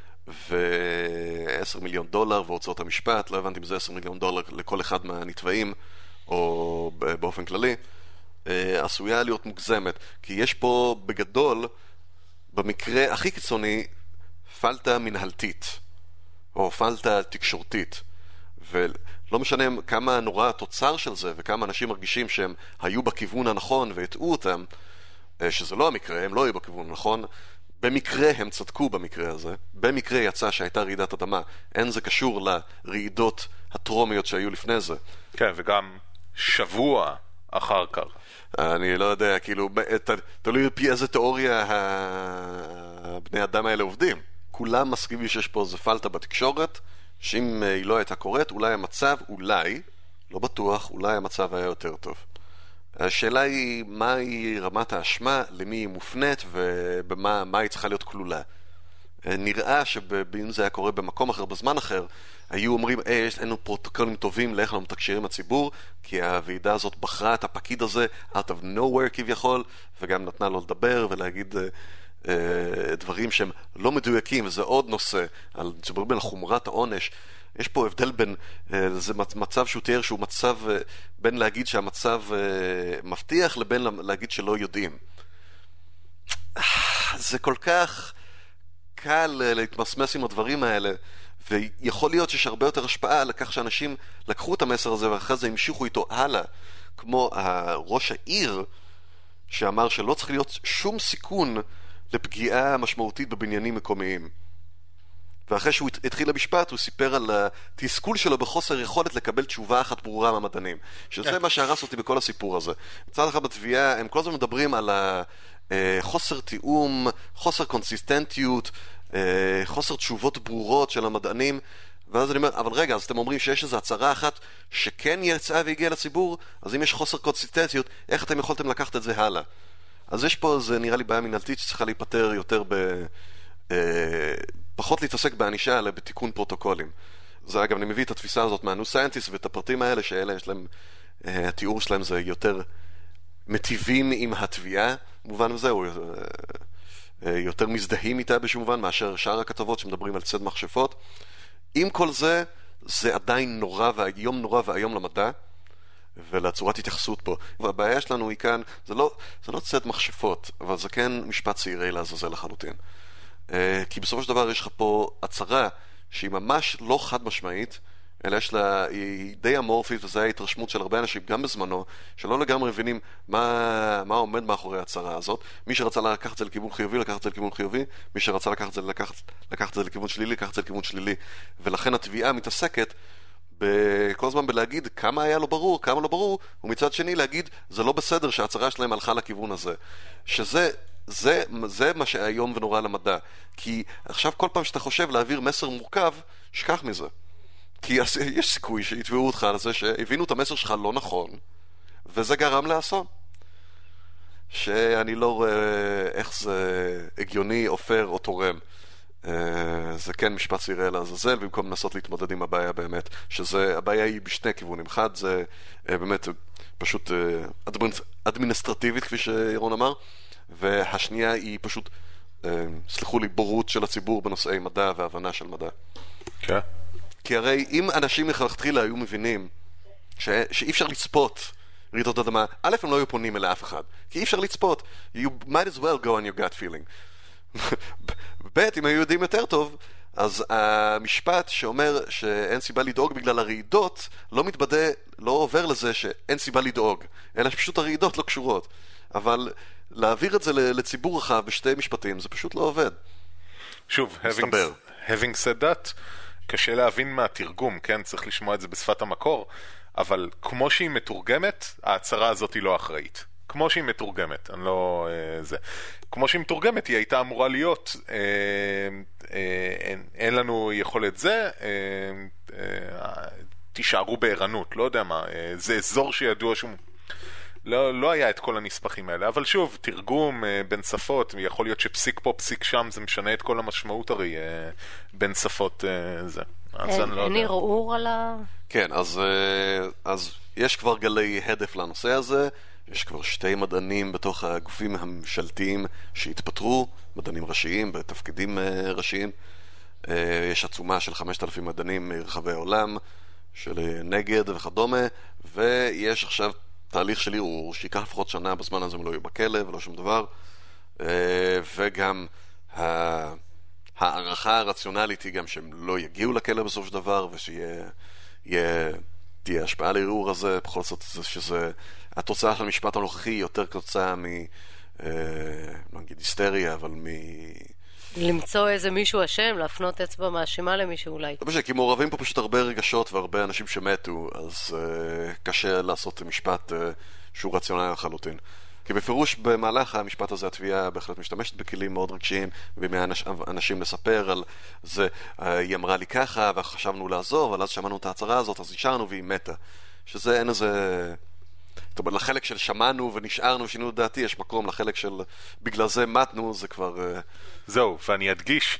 ו$10 מיליון והוצאות המשפט, לא הבנתי אם זה $10 מיליון לכל אחד מהנתבעים או באופן כללי, עשויה להיות מוגזמת, כי יש פה בגדול במקרה הכי קיצוני פלטה מנהלתית או פלטה תקשורתית, ולא משנה כמה נורא התוצר של זה וכמה אנשים מרגישים שהם היו בכיוון הנכון והטעו אותם, שזה לא המקרה, הם לא היו בכיוון הנכון, במקרה הם צדקו במקרה הזה, במקרה יצא שהייתה רעידת אדמה, אין זה קשור לרעידות הטרומיות שהיו לפני זה. כן, וגם שבוע אחר כך. אני לא יודע, כאילו, תלוי פי איזה תיאוריה הבני אדם האלה עובדים. כולם מסכימים שיש פה איזה פלטה בתקשורת, שאם היא לא הייתה קורית, אולי המצב, לא בטוח, אולי המצב היה יותר טוב. השאלה היא, מהי רמת האשמה, למי היא מופנית, ומה היא צריכה להיות כלולה. נראה שאם זה היה קורה במקום אחר, בזמן אחר, היו אומרים, יש לנו פרוטוקולים טובים לאיך אנחנו מתקשרים לציבור, כי הוועידה הזאת בחרה את הפקיד הזה out of nowhere כביכול, וגם נתנה לו לדבר ולהגיד דברים שהם לא מדויקים, וזה עוד נושא, מדברים על חומרת העונש. יש פה הבדל בין, זה מצב שהוא תיאר שהוא מצב, בין להגיד שהמצב מבטיח לבין להגיד שלא יודעים. זה כל כך קל להתמסמס עם הדברים האלה, ויכול להיות שיש הרבה יותר השפעה לכך שאנשים לקחו את המסר הזה ואחרי זה המשיכו איתו הלאה, כמו ראש העיר שאמר שלא צריך להיות שום סיכון לפגיעה משמעותית בבניינים מקומיים. ואחרי שהוא התחיל למשפט הוא סיפר על התסכול שלו בחוסר יכולת לקבל תשובה אחת ברורה מהמדענים, שזה מה שהרס אותי בכל הסיפור הזה. מצד אחד בתביעה הם כל הזמן מדברים על חוסר תיאום, חוסר קונסיסטנטיות, חוסר תשובות ברורות של המדענים, ואז אני אומר, אבל רגע, אז אתם אומרים שיש איזו הצהרה אחת שכן יצאה והגיעה לציבור, אז אם יש חוסר קונסיסטנטיות, איך אתם יכולתם לקחת את זה הלאה? אז יש פה, זה נראה לי בעיה מנהלתית שצריכה להיפטר יותר פחות להתעסק בענישה, אלא בתיקון פרוטוקולים. זה אגב, אני מביא את התפיסה הזאת מהניו סיינטיסט ואת הפרטים האלה שאלה יש להם, התיאור שלהם זה יותר מטיבים עם התביעה, במובן הזה, או יותר מזדהים איתה בשום מובן, מאשר שאר הכתבות שמדברים על צד מכשפות. עם כל זה, זה עדיין נורא והיום למדע, ולצורת התייחסות פה. והבעיה שלנו היא כאן, זה לא צד מכשפות, אבל זה כן משפט צעירי לעזאזל לחלוטין. כי בסופו של דבר יש לך פה הצהרה שהיא ממש לא חד משמעית, אלא יש לה, היא די אמורפית, וזו ההתרשמות של הרבה אנשים גם בזמנו, שלא לגמרי מבינים מה עומד מאחורי ההצהרה הזאת. מי שרצה לקחת את זה לכיוון חיובי, לקחת את זה לכיוון חיובי, מי שרצה לקחת את זה לכיוון שלילי, לקחת את זה לכיוון שלילי. ולכן התביעה מתעסקת כל הזמן בלהגיד כמה היה לו ברור, כמה לא ברור, ומצד שני להגיד, זה לא בסדר שההצהרה שלהם הלכה לכיוון הזה. זה מה שהיום ונורא למדע. כי עכשיו כל פעם שאתה חושב להעביר מסר מורכב, שכח מזה. כי יש סיכוי שיתבעו אותך על זה שהבינו את המסר שלך לא נכון, וזה גרם לאסון. שאני לא רואה איך זה הגיוני, אופר או תורם. זה כן משפט צעירי לעזאזל, במקום לנסות להתמודד עם הבעיה באמת, הבעיה היא בשני כיוונים. אחד זה באמת פשוט אדמיניסטרטיבית, כפי שירון אמר, והשנייה היא פשוט, סליחו לי, בורות של הציבור בנושאי מדע והבנה של מדע. כן. כי הרי אם אנשים מלכתחילה היו מבינים שאי אפשר לצפות רעידות אדמה, א' הם לא היו פונים אל אף אחד, כי אי אפשר לצפות. You might as well go on your gut feeling. ב' אם היו יודעים יותר טוב, אז המשפט שאומר שאין סיבה לדאוג בגלל הרעידות, לא מתבדה, לא עובר לזה שאין סיבה לדאוג, אלא שפשוט הרעידות לא קשורות. אבל להעביר את זה לציבור רחב בשתי משפטים, זה פשוט לא עובד. שוב, having said that, קשה להבין מהתרגום, כן? צריך לשמוע את זה בשפת המקור, אבל כמו שהיא מתורגמת, ההצהרה הזאת היא לא אחראית. כמו שהיא מתורגמת, אני לא... זה. כמו שהיא מתורגמת, היא הייתה אמורה להיות, אין לנו יכולת זה, תישארו בערנות, לא יודע מה, זה אזור שידוע שהוא... לא היה את כל הנספחים האלה, אבל שוב, תרגום בין שפות, יכול להיות שפסיק פה, פסיק שם, זה משנה את כל המשמעות הרי בין שפות זה. אין ערעור על ה... כן, אז יש כבר גלי הדף לנושא הזה, יש כבר 2 מדענים בתוך הגופים הממשלתיים שהתפטרו, מדענים ראשיים בתפקידים ראשיים. יש עצומה של 5,000 מדענים מרחבי העולם, של נגד וכדומה, ויש עכשיו תהליך של ערעור שיקח לפחות שנה, בזמן הזה הם לא יהיו בכלא ולא שום דבר, וגם הערכה הרציונלית היא גם שהם לא יגיעו לכלא בסוף של דבר, תהיה השפעה לערעור הזה, בכל זאת שזה התוצאה של המשפט הנוכחי היא יותר כתוצאה לא נגיד היסטריה, אבל למצוא איזה מישהו אשם, להפנות אצבע מאשימה למישהו אולי. לא משנה, כי מעורבים פה פשוט הרבה רגשות והרבה אנשים שמתו, אז קשה לעשות משפט שהוא רציונלי לחלוטין. כי בפירוש במהלך המשפט הזה התביעה בהחלט משתמשת בכלים מאוד רגשיים, ומאנשים לספר על זה, היא אמרה לי ככה וחשבנו לעזור, אבל אז שמענו את ההצהרה הזאת, אז נשארנו והיא מתה. שזה אין איזה... טוב, לחלק של שמענו ונשארנו, שינו דעתי, יש מקום לחלק של בגלל זה מתנו, זה כבר... זהו, ואני אדגיש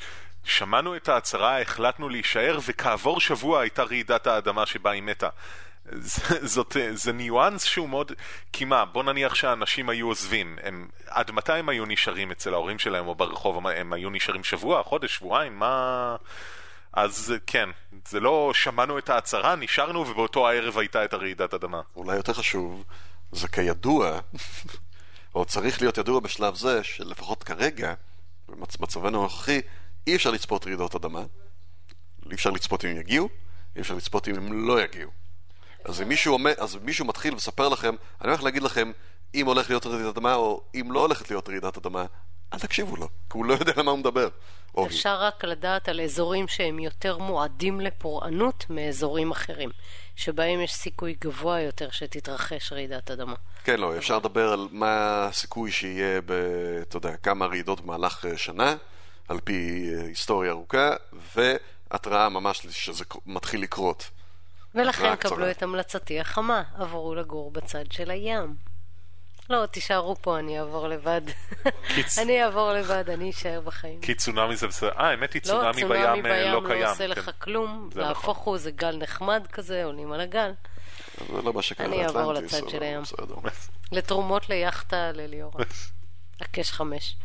שמענו את ההצהרה, החלטנו להישאר, וכעבור שבוע הייתה רעידת האדמה שבה היא מתה. זה ניואנס שהוא מאוד... כי מה, בוא נניח שהאנשים היו עוזבים. עד מתי הם היו נשארים אצל ההורים שלהם או ברחוב? הם היו נשארים שבוע, חודש, שבועיים? מה... אז כן, זה לא שמענו את ההצהרה, נשארנו ובאותו הערב הייתה את הרעידת אדמה. אולי יותר חשוב, זה כידוע, או צריך להיות ידוע בשלב זה, שלפחות כרגע, במצבנו הנוכחי, אי אפשר לצפות רעידות אדמה, אי אפשר לצפות אם הם יגיעו, אי אפשר לצפות אם הם לא יגיעו. אז אם מישהו מתחיל וספר לכם, אני הולך להגיד לכם, אם הולך להיות רעידת אדמה, או אם לא הולכת להיות רעידת אדמה, אל תקשיבו לו, כי הוא לא יודע למה הוא מדבר. אפשר רק לדעת על אזורים שהם יותר מועדים לפורענות מאזורים אחרים, שבהם יש סיכוי גבוה יותר שתתרחש רעידת אדמה. כן, לא, אפשר לדבר על מה הסיכוי שיהיה אתה יודע, כמה רעידות במהלך שנה, על פי היסטוריה ארוכה, והתראה ממש שזה מתחיל לקרות. ולכן קבלו את המלצתי החמה, עברו לגור בצד של הים. לא, תישארו פה, אני אעבור לבד. אני אעבור לבד, אני אשאר בחיים. כי צונאמי זה בסדר. האמת היא צונאמי בים לא קיים. לא עושה לך כלום, להפוך הוא, זה גל נחמד כזה, עולים על הגל. זה לא מה שקרה אני אעבור לצד של הים. לתרומות ליחטה לליאור. הקש 5.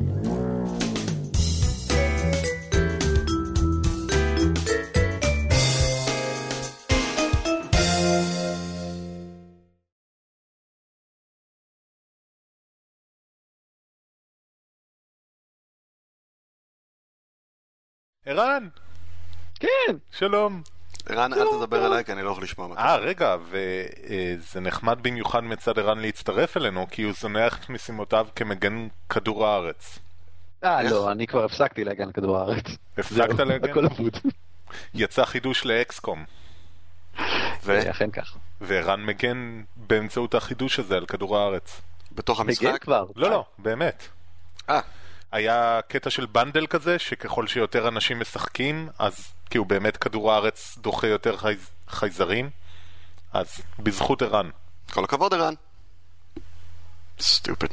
ערן! כן! שלום! ערן, אל תדבר אליי, כי אני לא יכול לשמוע מתי. רגע, וזה נחמד במיוחד מצד ערן להצטרף אלינו, כי הוא זונח את משימותיו כמגן כדור הארץ. לא, אני כבר הפסקתי להגן כדור הארץ. הפסקת להגן? הכל אבוד. יצא חידוש לאקסקום. אכן כך. וערן מגן באמצעות החידוש הזה על כדור הארץ. בתוך המשחק? מגן כבר? לא, באמת. היה קטע של בנדל כזה, שככל שיותר אנשים משחקים, אז כי הוא באמת כדור הארץ דוחה יותר חייזרים, אז בזכות ערן. כל הכבוד ערן. סטופיד.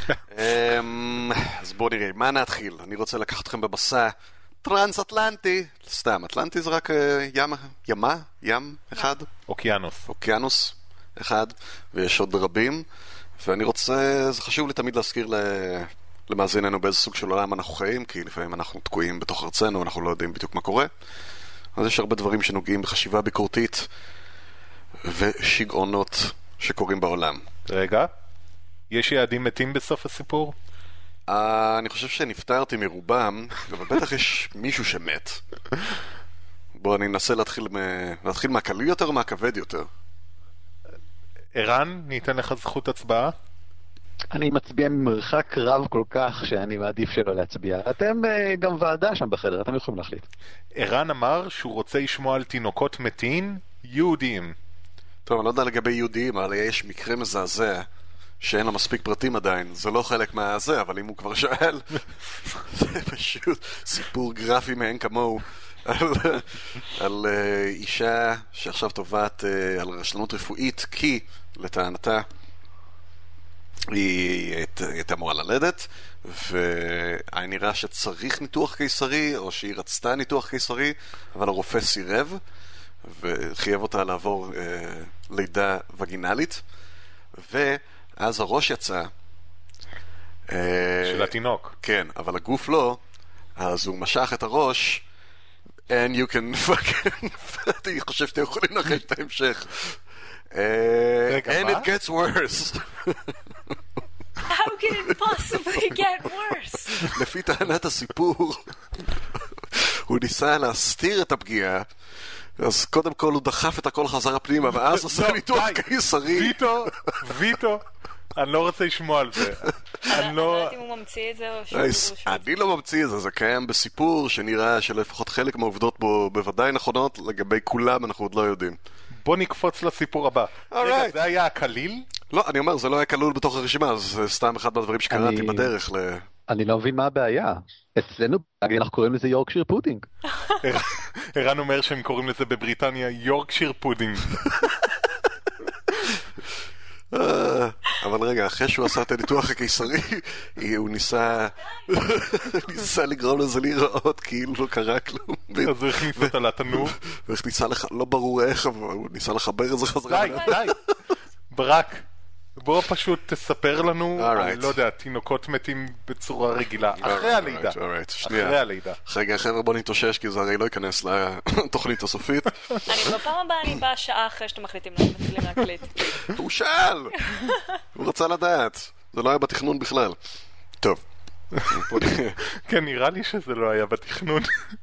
אז בואו נראה, מה נתחיל? אני רוצה לקחת אתכם במסע טרנס-אטלנטי. סתם, אטלנטי זה רק ים אחד? אוקיינוס אחד, ויש עוד רבים, ואני רוצה, זה חשוב לי תמיד להזכיר למאזיננו באיזה סוג של עולם אנחנו חיים, כי לפעמים אנחנו תקועים בתוך ארצנו, אנחנו לא יודעים בדיוק מה קורה. אז יש הרבה דברים שנוגעים בחשיבה ביקורתית ושגעונות שקורים בעולם. רגע, יש יעדים מתים בסוף הסיפור? אני חושב שנפטרתי מרובם, אבל בטח יש מישהו שמת. בוא, אני אנסה להתחיל מהקליל יותר או מהכבד יותר. ערן, ניתן לך זכות הצבעה? אני מצביע ממרחק רב כל כך שאני מעדיף שלא להצביע. אתם גם ועדה שם בחדר, אתם יכולים להחליט. ערן אמר שהוא רוצה לשמוע על תינוקות מתים יהודיים. טוב, אני לא יודע לגבי יהודיים, אבל יש מקרה מזעזע שאין לו מספיק פרטים עדיין. זה לא חלק מהזה, אבל אם הוא כבר שאל, זה פשוט סיפור גרפי מאין כמוהו על אישה שעכשיו תובעת על רשלנות רפואית, כי לטענתה היא הייתה אמורה ללדת, והיה נראה שצריך ניתוח קיסרי, או שהיא רצתה ניתוח קיסרי, אבל הרופא סירב, וחייב אותה לעבור לידה וגינלית, ואז הראש יצא. של התינוק. כן, אבל הגוף לא, אז הוא משך את הראש, and you can fucking... אני חושב שאתם יכולים לנחש את ההמשך. And it gets worse. How can it possibly get worse? לפי טענת הסיפור, הוא ניסה להסתיר את הפגיעה, אז קודם כל הוא דחף את הכל חזרה פנימה, ואז עושה ניתוח קיסרי. ויטו, אני לא רוצה לשמוע על זה. אני לא יודעת אם הוא ממציא את זה או שהוא... אני לא ממציא את זה, זה קיים בסיפור שנראה שלפחות חלק מהעובדות בו בוודאי נכונות, לגבי כולם אנחנו עוד לא יודעים. בוא נקפוץ לסיפור הבא. רגע, זה היה הכליל? לא, אני אומר, זה לא היה כלול בתוך הרשימה, זה סתם אחד מהדברים שקראתי בדרך אני לא מבין מה הבעיה. אצלנו אנחנו קוראים לזה יורקשיר פודינג. ערן אומר שהם קוראים לזה בבריטניה יורקשיר פודינג. אבל אבל רגע, אחרי שהוא עשה את הניתוח הקיסרי, הוא ניסה לגרום לזה להיראות כאילו לא קרה כלום. אז הוא הכניס אותה לתנור. והכניסה לך, לא ברור איך, אבל הוא ניסה לחבר את זה חזרה. די. ברק, בוא פשוט תספר לנו, אני לא יודע, תינוקות מתים בצורה רגילה. אחרי הלידה. אחרי הלידה. רגע, חבר'ה, בוא נתאושש, כי זה הרי לא ייכנס לתוכנית הסופית. בפעם הבאה אני באה שעה אחרי שאתם מתחילים להקליט. הוא שאל! הוא רצה לדעת. זה לא היה בתכנון בכלל. טוב. כן, נראה לי שזה לא היה בתכנון.